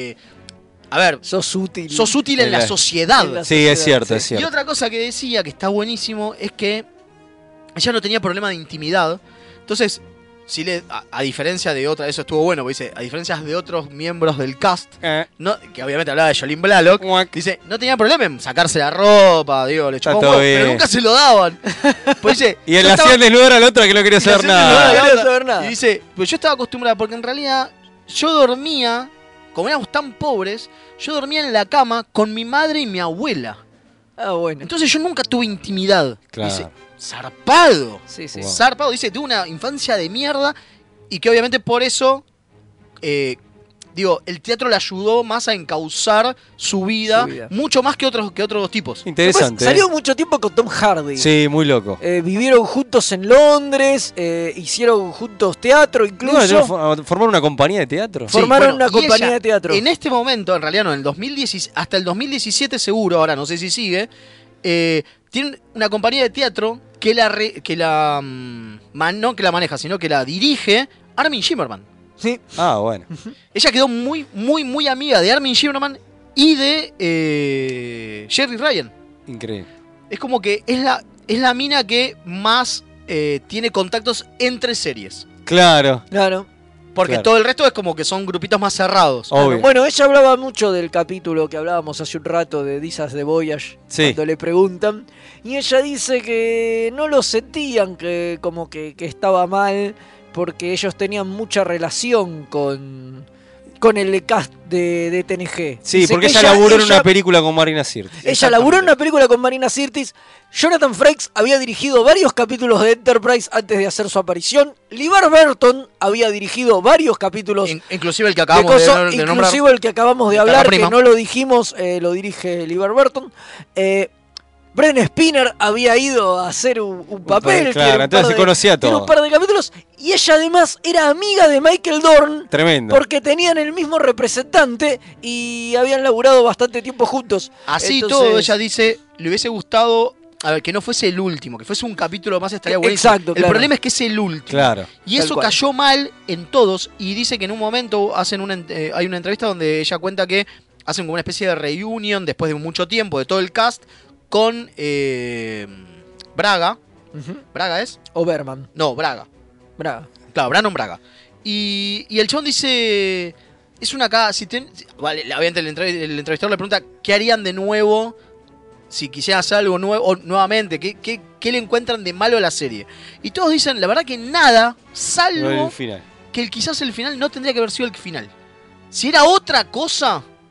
[SPEAKER 3] a ver, sos útil en la sociedad.
[SPEAKER 4] Sí, es cierto, es cierto.
[SPEAKER 3] Y otra cosa que decía, que está buenísimo, es que ella no tenía problema de intimidad. Entonces, a diferencia de otra, eso estuvo bueno, porque dice, a diferencia de otros miembros del cast, que obviamente hablaba de Jolene Blalock, dice, no tenía problema en sacarse la ropa, digo, le chupó un huevo, pero nunca se lo daban. Pues dice,
[SPEAKER 4] y en la hacían desnudar al otro que no quería saber nada.
[SPEAKER 3] Y dice, pues yo estaba acostumbrada, porque en realidad yo dormía, como éramos tan pobres, yo dormía en la cama con mi madre y mi abuela.
[SPEAKER 2] Bueno.
[SPEAKER 3] Entonces yo nunca tuve intimidad.
[SPEAKER 4] Claro.
[SPEAKER 3] Dice, zarpado.
[SPEAKER 2] Sí.
[SPEAKER 3] Wow. Zarpado, dice, tuve una infancia de mierda y que obviamente por eso, el teatro le ayudó más a encauzar su vida. Mucho más que otros tipos.
[SPEAKER 4] Interesante.
[SPEAKER 2] Salió mucho tiempo con Tom Hardy.
[SPEAKER 4] Sí, muy loco.
[SPEAKER 2] Vivieron juntos en Londres, hicieron juntos teatro incluso.
[SPEAKER 4] ¿Formaron una compañía de teatro?
[SPEAKER 2] Formaron una compañía de teatro.
[SPEAKER 3] En este momento, en realidad no, en el 2017, hasta el 2017 seguro, ahora no sé si sigue, tienen una compañía de teatro no que la maneja, sino que la dirige Armin Shimmerman.
[SPEAKER 2] Sí.
[SPEAKER 4] Bueno.
[SPEAKER 3] Ella quedó muy, muy, muy amiga de Armin Shimmerman y de Jerry Ryan.
[SPEAKER 4] Increíble.
[SPEAKER 3] Es como que es la mina que más tiene contactos entre series.
[SPEAKER 4] Claro.
[SPEAKER 3] Porque todo el resto es como que son grupitos más cerrados.
[SPEAKER 2] Bueno, ella hablaba mucho del capítulo que hablábamos hace un rato de This is the Voyage, cuando le preguntan. Y ella dice que no lo sentían, que como que estaba mal, porque ellos tenían mucha relación con el cast de TNG.
[SPEAKER 4] Sí,
[SPEAKER 2] dice
[SPEAKER 4] porque ella laburó en una película con Marina Sirtis.
[SPEAKER 2] Ella laburó en una película con Marina Sirtis. Jonathan Frakes había dirigido varios capítulos de Enterprise antes de hacer su aparición. LeVar Burton había dirigido varios capítulos.
[SPEAKER 3] Inclusive el que acabamos de nombrar.
[SPEAKER 2] Inclusive el que acabamos de hablar, que no lo dijimos, lo dirige LeVar Burton. Brent Spinner había ido a hacer un papel.
[SPEAKER 4] Claro, entonces se conocía todo.
[SPEAKER 2] Tiene un par de capítulos. Y ella además era amiga de Michael Dorn.
[SPEAKER 4] Tremendo.
[SPEAKER 2] Porque tenían el mismo representante y habían laburado bastante tiempo juntos.
[SPEAKER 3] Así todo, ella dice, le hubiese gustado, que no fuese el último, que fuese un capítulo más, estaría buenísimo.
[SPEAKER 2] Exacto,
[SPEAKER 3] El problema es que es el último.
[SPEAKER 4] Claro.
[SPEAKER 3] Y eso cayó mal en todos. Y dice que en un momento hay una entrevista donde ella cuenta que hacen como una especie de reunion después de mucho tiempo de todo el cast con Braga. ¿Braga es?
[SPEAKER 2] O Berman.
[SPEAKER 3] No, Braga. Claro, Brannon Braga. Y el chabón dice, es una caga. Obviamente el entrevistador le pregunta qué harían de nuevo si quisieran hacer algo nuevo o nuevamente. ¿Qué le encuentran de malo a la serie? Y todos dicen, la verdad que nada, salvo
[SPEAKER 4] el final.
[SPEAKER 3] Que quizás el final no tendría que haber sido el final. Si era otra cosa,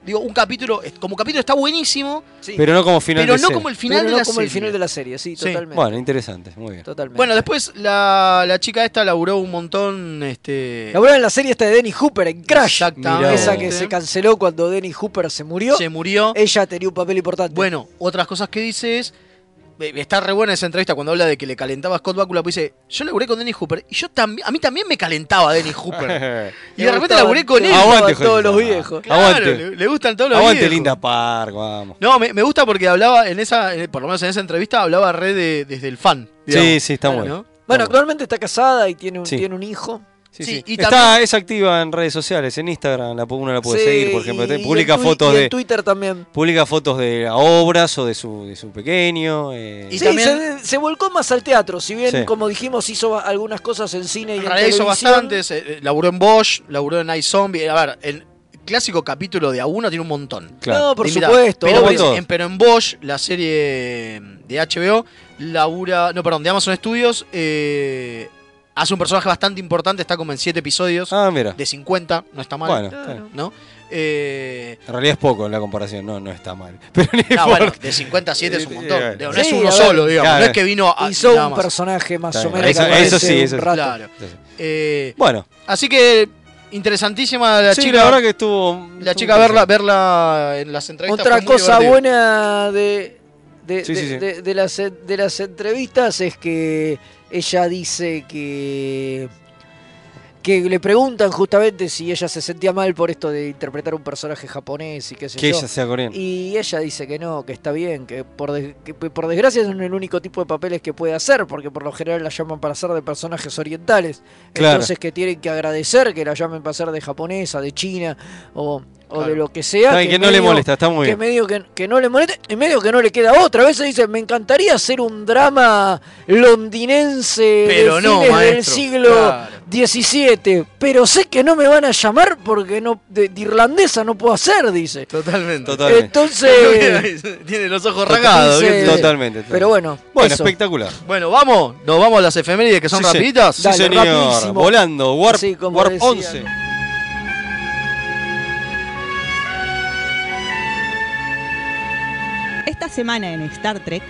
[SPEAKER 3] digo, un capítulo, como capítulo está buenísimo,
[SPEAKER 4] pero no como final
[SPEAKER 3] pero
[SPEAKER 4] de
[SPEAKER 3] no
[SPEAKER 4] serie.
[SPEAKER 3] como el final
[SPEAKER 2] Pero
[SPEAKER 3] de
[SPEAKER 2] no
[SPEAKER 3] la
[SPEAKER 2] como
[SPEAKER 3] serie.
[SPEAKER 2] el final de la serie, sí, totalmente.
[SPEAKER 4] Bueno, interesante, muy bien.
[SPEAKER 2] Totalmente.
[SPEAKER 3] Bueno, después la chica esta laburó un montón.
[SPEAKER 2] Laburó en la serie esta de Dennis Hooper en Crash.
[SPEAKER 3] Exactamente.
[SPEAKER 2] Esa que se canceló cuando Dennis Hooper se murió.
[SPEAKER 3] Se murió.
[SPEAKER 2] Ella tenía un papel importante.
[SPEAKER 3] Bueno, otras cosas que dice es. Está re buena esa entrevista cuando habla de que le calentaba a Scott Bakula. Pues dice: yo laburé con Dennis Hooper y a mí también me calentaba Dennis Hooper. Y de repente laburé con él.
[SPEAKER 4] Aguante,
[SPEAKER 2] todos los viejos.
[SPEAKER 3] Claro,
[SPEAKER 4] Aguante.
[SPEAKER 3] le gustan todos los
[SPEAKER 4] Aguante
[SPEAKER 3] viejos.
[SPEAKER 4] Linda Park, vamos.
[SPEAKER 3] No, me gusta porque hablaba por lo menos en esa entrevista, hablaba desde el fan. Digamos.
[SPEAKER 4] Sí, está
[SPEAKER 3] Claro,
[SPEAKER 4] bueno.
[SPEAKER 3] ¿no?
[SPEAKER 2] Bueno, actualmente está casada y tiene
[SPEAKER 4] Sí.
[SPEAKER 2] un hijo.
[SPEAKER 4] Sí.
[SPEAKER 3] y
[SPEAKER 4] Es activa en redes sociales, en Instagram uno la puede
[SPEAKER 2] Sí,
[SPEAKER 4] seguir, por ejemplo.
[SPEAKER 2] y
[SPEAKER 4] Publica
[SPEAKER 2] en
[SPEAKER 4] fotos
[SPEAKER 2] y
[SPEAKER 4] de
[SPEAKER 2] en Twitter también.
[SPEAKER 4] Publica fotos de obras o de su pequeño.
[SPEAKER 3] Y
[SPEAKER 2] Sí,
[SPEAKER 3] también
[SPEAKER 2] se volcó más al teatro. Si bien,
[SPEAKER 4] Sí.
[SPEAKER 2] como dijimos, hizo algunas cosas en cine y en
[SPEAKER 3] en realidad hizo
[SPEAKER 2] televisión.
[SPEAKER 3] bastantes. Laburó en Bosch, laburó en iZombie. A ver, el clásico capítulo de A1 tiene un montón.
[SPEAKER 4] Claro.
[SPEAKER 2] No, por
[SPEAKER 3] Mira,
[SPEAKER 2] supuesto.
[SPEAKER 3] Pero,
[SPEAKER 2] obvio.
[SPEAKER 3] pero en Bosch, la serie de HBO, de Amazon Studios, hace un personaje bastante importante, está como en 7 episodios
[SPEAKER 4] Mira.
[SPEAKER 3] de 50, no está mal.
[SPEAKER 4] Bueno, está bien.
[SPEAKER 3] ¿No?
[SPEAKER 4] En realidad es poco en la comparación, no está mal. Pero
[SPEAKER 3] No, bueno, de 50 a 7 es un montón. Digo, no es
[SPEAKER 2] Sí,
[SPEAKER 3] uno
[SPEAKER 2] a ver,
[SPEAKER 3] solo, digamos.
[SPEAKER 4] claro.
[SPEAKER 3] No es que vino a.
[SPEAKER 2] Hizo
[SPEAKER 3] nada
[SPEAKER 2] un
[SPEAKER 3] más.
[SPEAKER 2] personaje más
[SPEAKER 4] Está
[SPEAKER 2] o
[SPEAKER 4] bien.
[SPEAKER 2] menos.
[SPEAKER 4] Eso
[SPEAKER 2] que aparece
[SPEAKER 4] sí, eso
[SPEAKER 2] un
[SPEAKER 4] sí.
[SPEAKER 2] rato.
[SPEAKER 3] Claro.
[SPEAKER 4] Bueno.
[SPEAKER 3] Así que interesantísima la
[SPEAKER 4] Sí,
[SPEAKER 3] chica.
[SPEAKER 4] la verdad que estuvo.
[SPEAKER 3] La chica verla en las entrevistas.
[SPEAKER 2] Otra
[SPEAKER 3] fue muy
[SPEAKER 2] cosa
[SPEAKER 3] divertido.
[SPEAKER 2] buena
[SPEAKER 4] Sí, sí.
[SPEAKER 2] de las entrevistas es que ella dice que le preguntan justamente si ella se sentía mal por esto de interpretar un personaje japonés y qué sé
[SPEAKER 4] Que
[SPEAKER 2] yo.
[SPEAKER 4] ella sea coreana.
[SPEAKER 2] Y ella dice que no, que está bien, que por desgracia es el único tipo de papeles que puede hacer, porque por lo general la llaman para hacer de personajes orientales.
[SPEAKER 4] Claro.
[SPEAKER 2] Entonces que tienen que agradecer que la llamen para hacer de japonesa, de china o de lo que sea.
[SPEAKER 4] Está bien, que no le molesta, está muy bien.
[SPEAKER 2] Medio que no le molesta y medio que no le queda otra. A veces dice, me encantaría hacer un drama londinense
[SPEAKER 3] Pero
[SPEAKER 2] de
[SPEAKER 3] no,
[SPEAKER 2] fines del
[SPEAKER 3] maestro,
[SPEAKER 2] siglo
[SPEAKER 3] claro.
[SPEAKER 2] XVII, pero sé que no me van a llamar porque de irlandesa no puedo hacer, dice.
[SPEAKER 3] Totalmente.
[SPEAKER 2] Entonces,
[SPEAKER 3] tiene los ojos rasgados.
[SPEAKER 2] dice-
[SPEAKER 4] Totalmente.
[SPEAKER 2] pero bueno,
[SPEAKER 4] Bueno,
[SPEAKER 2] eso.
[SPEAKER 4] espectacular.
[SPEAKER 3] Bueno, nos vamos a las efemérides que son
[SPEAKER 4] Sí, sí.
[SPEAKER 3] rapiditas.
[SPEAKER 4] Sí,
[SPEAKER 2] Dale,
[SPEAKER 4] señor.
[SPEAKER 2] rapidísimo.
[SPEAKER 4] Volando. Warp,
[SPEAKER 2] Así como
[SPEAKER 4] Warp
[SPEAKER 2] decían.
[SPEAKER 4] 11.
[SPEAKER 7] Esta semana en Star Trek,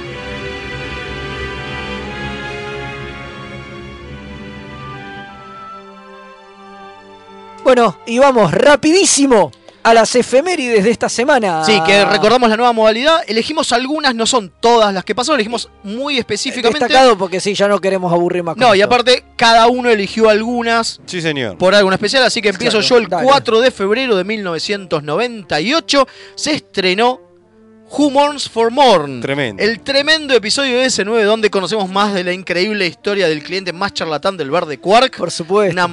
[SPEAKER 2] Bueno, y vamos rapidísimo a las efemérides de esta semana.
[SPEAKER 3] Sí, que recordamos la nueva modalidad. Elegimos algunas, no son todas las que pasaron, elegimos muy específicamente.
[SPEAKER 2] Destacado porque sí, ya no queremos aburrir más. con
[SPEAKER 3] No, y
[SPEAKER 2] esto.
[SPEAKER 3] aparte, cada uno eligió algunas
[SPEAKER 4] Sí, señor.
[SPEAKER 3] por algo en especial, así que empiezo
[SPEAKER 2] Claro,
[SPEAKER 3] yo el
[SPEAKER 2] dale.
[SPEAKER 3] 4 de febrero de 1998. Se estrenó Who Mourns for Morn.
[SPEAKER 4] Tremendo.
[SPEAKER 3] El tremendo episodio de S9 donde conocemos más de la increíble historia del cliente más charlatán del bar de Quark.
[SPEAKER 2] Por supuesto.
[SPEAKER 3] Una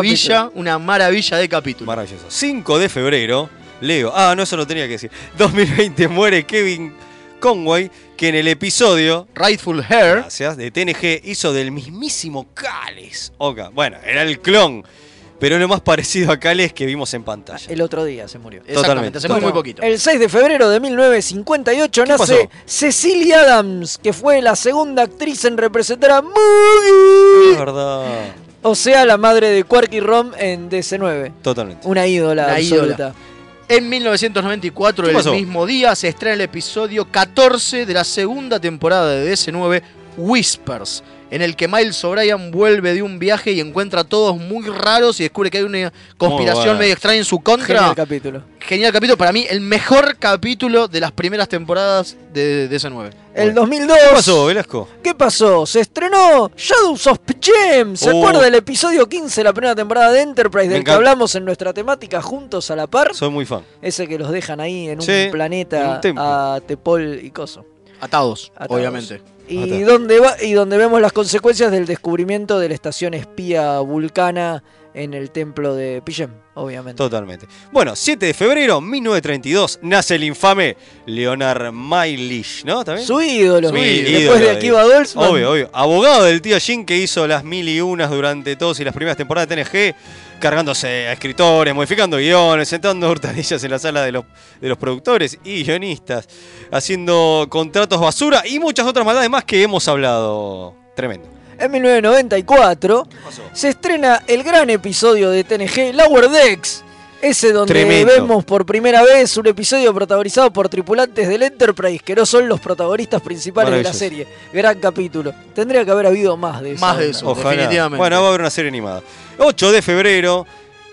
[SPEAKER 3] maravilla de capítulo.
[SPEAKER 4] Maravilloso. 5 de febrero, Leo. No, eso lo tenía que decir. 2020 muere Kevin Conway, que en el episodio
[SPEAKER 3] Rightful Hair,
[SPEAKER 4] gracias, de TNG hizo del mismísimo Cales. Oka. Bueno, era el clon, pero lo más parecido a Cales que vimos en pantalla.
[SPEAKER 2] El otro día se murió.
[SPEAKER 3] Exactamente, hace muy poquito.
[SPEAKER 2] El 6 de febrero de 1958 nace
[SPEAKER 4] pasó?
[SPEAKER 2] Cecilia Adams, que fue la segunda actriz en representar a
[SPEAKER 4] Es
[SPEAKER 2] Moogie.
[SPEAKER 4] verdad.
[SPEAKER 2] O sea, la madre de Quark y Rom en DC9.
[SPEAKER 4] Totalmente.
[SPEAKER 2] Una ídola
[SPEAKER 3] Una
[SPEAKER 2] absoluta.
[SPEAKER 3] ídola. En 1994,
[SPEAKER 4] ¿Qué
[SPEAKER 3] el
[SPEAKER 4] pasó?
[SPEAKER 3] mismo día, se estrena el episodio 14 de la segunda temporada de DC9, Whispers, en el que Miles O'Brien vuelve de un viaje y encuentra a todos muy raros y descubre que hay una conspiración
[SPEAKER 4] bueno.
[SPEAKER 3] medio extraña en su contra.
[SPEAKER 2] Genial capítulo.
[SPEAKER 3] Genial capítulo, para mí el mejor capítulo de las primeras temporadas de DC9.
[SPEAKER 2] El 2002.
[SPEAKER 4] ¿Qué pasó, Velasco?
[SPEAKER 2] ¿Qué pasó? Se estrenó Shadows of Pichem. ¿Se acuerda del episodio 15 de la primera temporada de Enterprise del que
[SPEAKER 4] encanta.
[SPEAKER 2] hablamos en nuestra temática Juntos a la Par?
[SPEAKER 4] Soy muy fan.
[SPEAKER 2] Ese que los dejan ahí en un
[SPEAKER 4] Sí, en
[SPEAKER 2] planeta
[SPEAKER 4] un templo.
[SPEAKER 2] a Tepol y Coso.
[SPEAKER 3] Atados,
[SPEAKER 2] Atados.
[SPEAKER 3] obviamente.
[SPEAKER 2] Y donde vemos las consecuencias del descubrimiento de la estación espía vulcana en el templo de Pichem, obviamente.
[SPEAKER 4] Totalmente. Bueno, 7 de febrero, 1932, nace el infame Leonard Milish, ¿no? ¿Está bien?
[SPEAKER 2] Su ídolo.
[SPEAKER 4] Su
[SPEAKER 2] Después
[SPEAKER 4] ídolo,
[SPEAKER 2] de Akiva Goldsman.
[SPEAKER 4] Obvio. Abogado del tío Jim, que hizo las 1001 durante todas y las primeras temporadas de TNG, cargándose a escritores, modificando guiones, sentando hurtadillas en la sala de los productores y guionistas, haciendo contratos basura y muchas otras maldades más que hemos hablado. Tremendo.
[SPEAKER 2] En 1994 se estrena el gran episodio de TNG, Lower Decks, Ese donde
[SPEAKER 4] Tremendo.
[SPEAKER 2] vemos por primera vez un episodio protagonizado por tripulantes del Enterprise, que no son los protagonistas principales de la serie. Gran capítulo. Tendría que haber habido más de eso.
[SPEAKER 3] Más de eso,
[SPEAKER 4] Ojalá.
[SPEAKER 3] definitivamente.
[SPEAKER 4] Bueno, va a haber una serie animada. 8 de febrero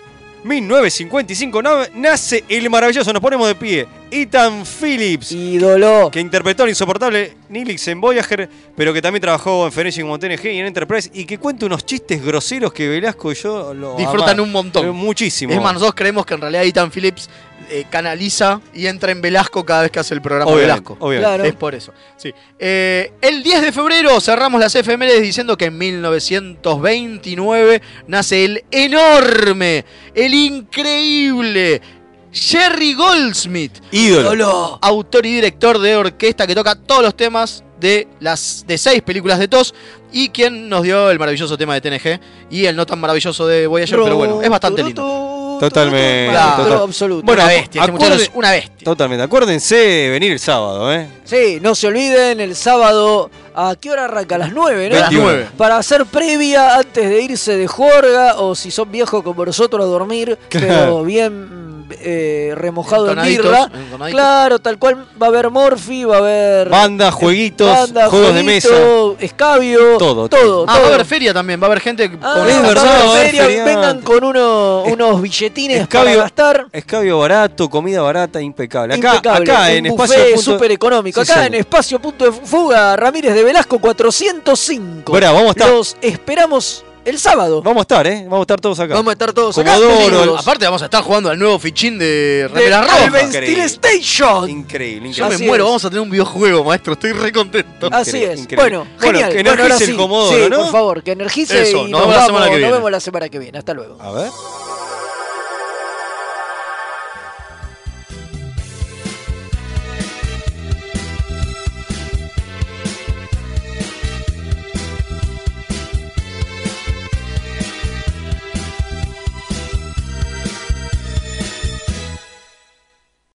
[SPEAKER 4] 1955 nace el maravilloso, nos ponemos de pie, Ethan Phillips.
[SPEAKER 2] Ídolo.
[SPEAKER 4] Que interpretó al insoportable Neelix en Voyager, pero que también trabajó en Feneching como TNG y en Enterprise, y que cuenta unos chistes groseros que Velasco y yo lo
[SPEAKER 3] disfrutan
[SPEAKER 4] amamos.
[SPEAKER 3] un montón.
[SPEAKER 4] Muchísimo.
[SPEAKER 3] Es más, nosotros creemos que en realidad Ethan Phillips canaliza y entra en Velasco cada vez que hace el programa de Velasco.
[SPEAKER 4] Obviamente.
[SPEAKER 3] Es por eso. Sí. El 10 de febrero cerramos las efemérides diciendo que en 1929 nace el enorme, el increíble Jerry Goldsmith,
[SPEAKER 4] ídolo,
[SPEAKER 3] autor y director de orquesta que toca todos los temas de 6 películas de TOS y quien nos dio el maravilloso tema de TNG y el no tan maravilloso de Voyager, pero bueno, es bastante lindo.
[SPEAKER 4] Totalmente.
[SPEAKER 3] Claro,
[SPEAKER 2] absoluto.
[SPEAKER 3] Bueno, una bestia, este muchacho es una bestia.
[SPEAKER 4] Totalmente. Acuérdense de venir el sábado, ¿eh?
[SPEAKER 2] Sí, no se olviden, el sábado, ¿a qué hora arranca? A las 9, ¿no?
[SPEAKER 3] A las 9.
[SPEAKER 2] Para hacer previa antes de irse de juerga, o si son viejos como nosotros a dormir, pero bien remojado en birra. Claro, tal cual, va a haber Morphy, va a haber...
[SPEAKER 4] Banda, jueguitos, juegos de mesa.
[SPEAKER 2] Escabio, todo.
[SPEAKER 3] Va a haber feria también, va a haber gente con
[SPEAKER 2] feria, vengan con unos billetines para gastar.
[SPEAKER 4] Escabio barato, comida barata, impecable.
[SPEAKER 2] Impecable.
[SPEAKER 4] Acá en Espacio
[SPEAKER 2] súper económico.
[SPEAKER 4] Sí,
[SPEAKER 2] acá
[SPEAKER 4] sí.
[SPEAKER 2] en Espacio Punto de Fuga, Ramírez de Velasco 405.
[SPEAKER 4] Bueno, vamos a estar.
[SPEAKER 2] Los esperamos el sábado.
[SPEAKER 4] Vamos a estar, ¿eh? Vamos a estar todos acá.
[SPEAKER 2] Vamos a estar todos acá.
[SPEAKER 3] Comodoro. Aparte vamos a estar jugando al nuevo fichín de Remeras Rojas.
[SPEAKER 2] Steel Station.
[SPEAKER 4] Increíble.
[SPEAKER 3] Yo me muero, vamos a tener un videojuego, maestro. Estoy re contento.
[SPEAKER 2] Así es.
[SPEAKER 4] Increíble.
[SPEAKER 2] Bueno, genial.
[SPEAKER 4] Que energice
[SPEAKER 2] ahora
[SPEAKER 4] el
[SPEAKER 2] sí.
[SPEAKER 4] Comodoro,
[SPEAKER 2] Sí,
[SPEAKER 4] ¿no?
[SPEAKER 2] por favor, que energice
[SPEAKER 3] Eso,
[SPEAKER 2] y
[SPEAKER 3] nos vemos la semana que viene.
[SPEAKER 2] Nos vemos la semana que viene. Hasta luego.
[SPEAKER 4] A ver.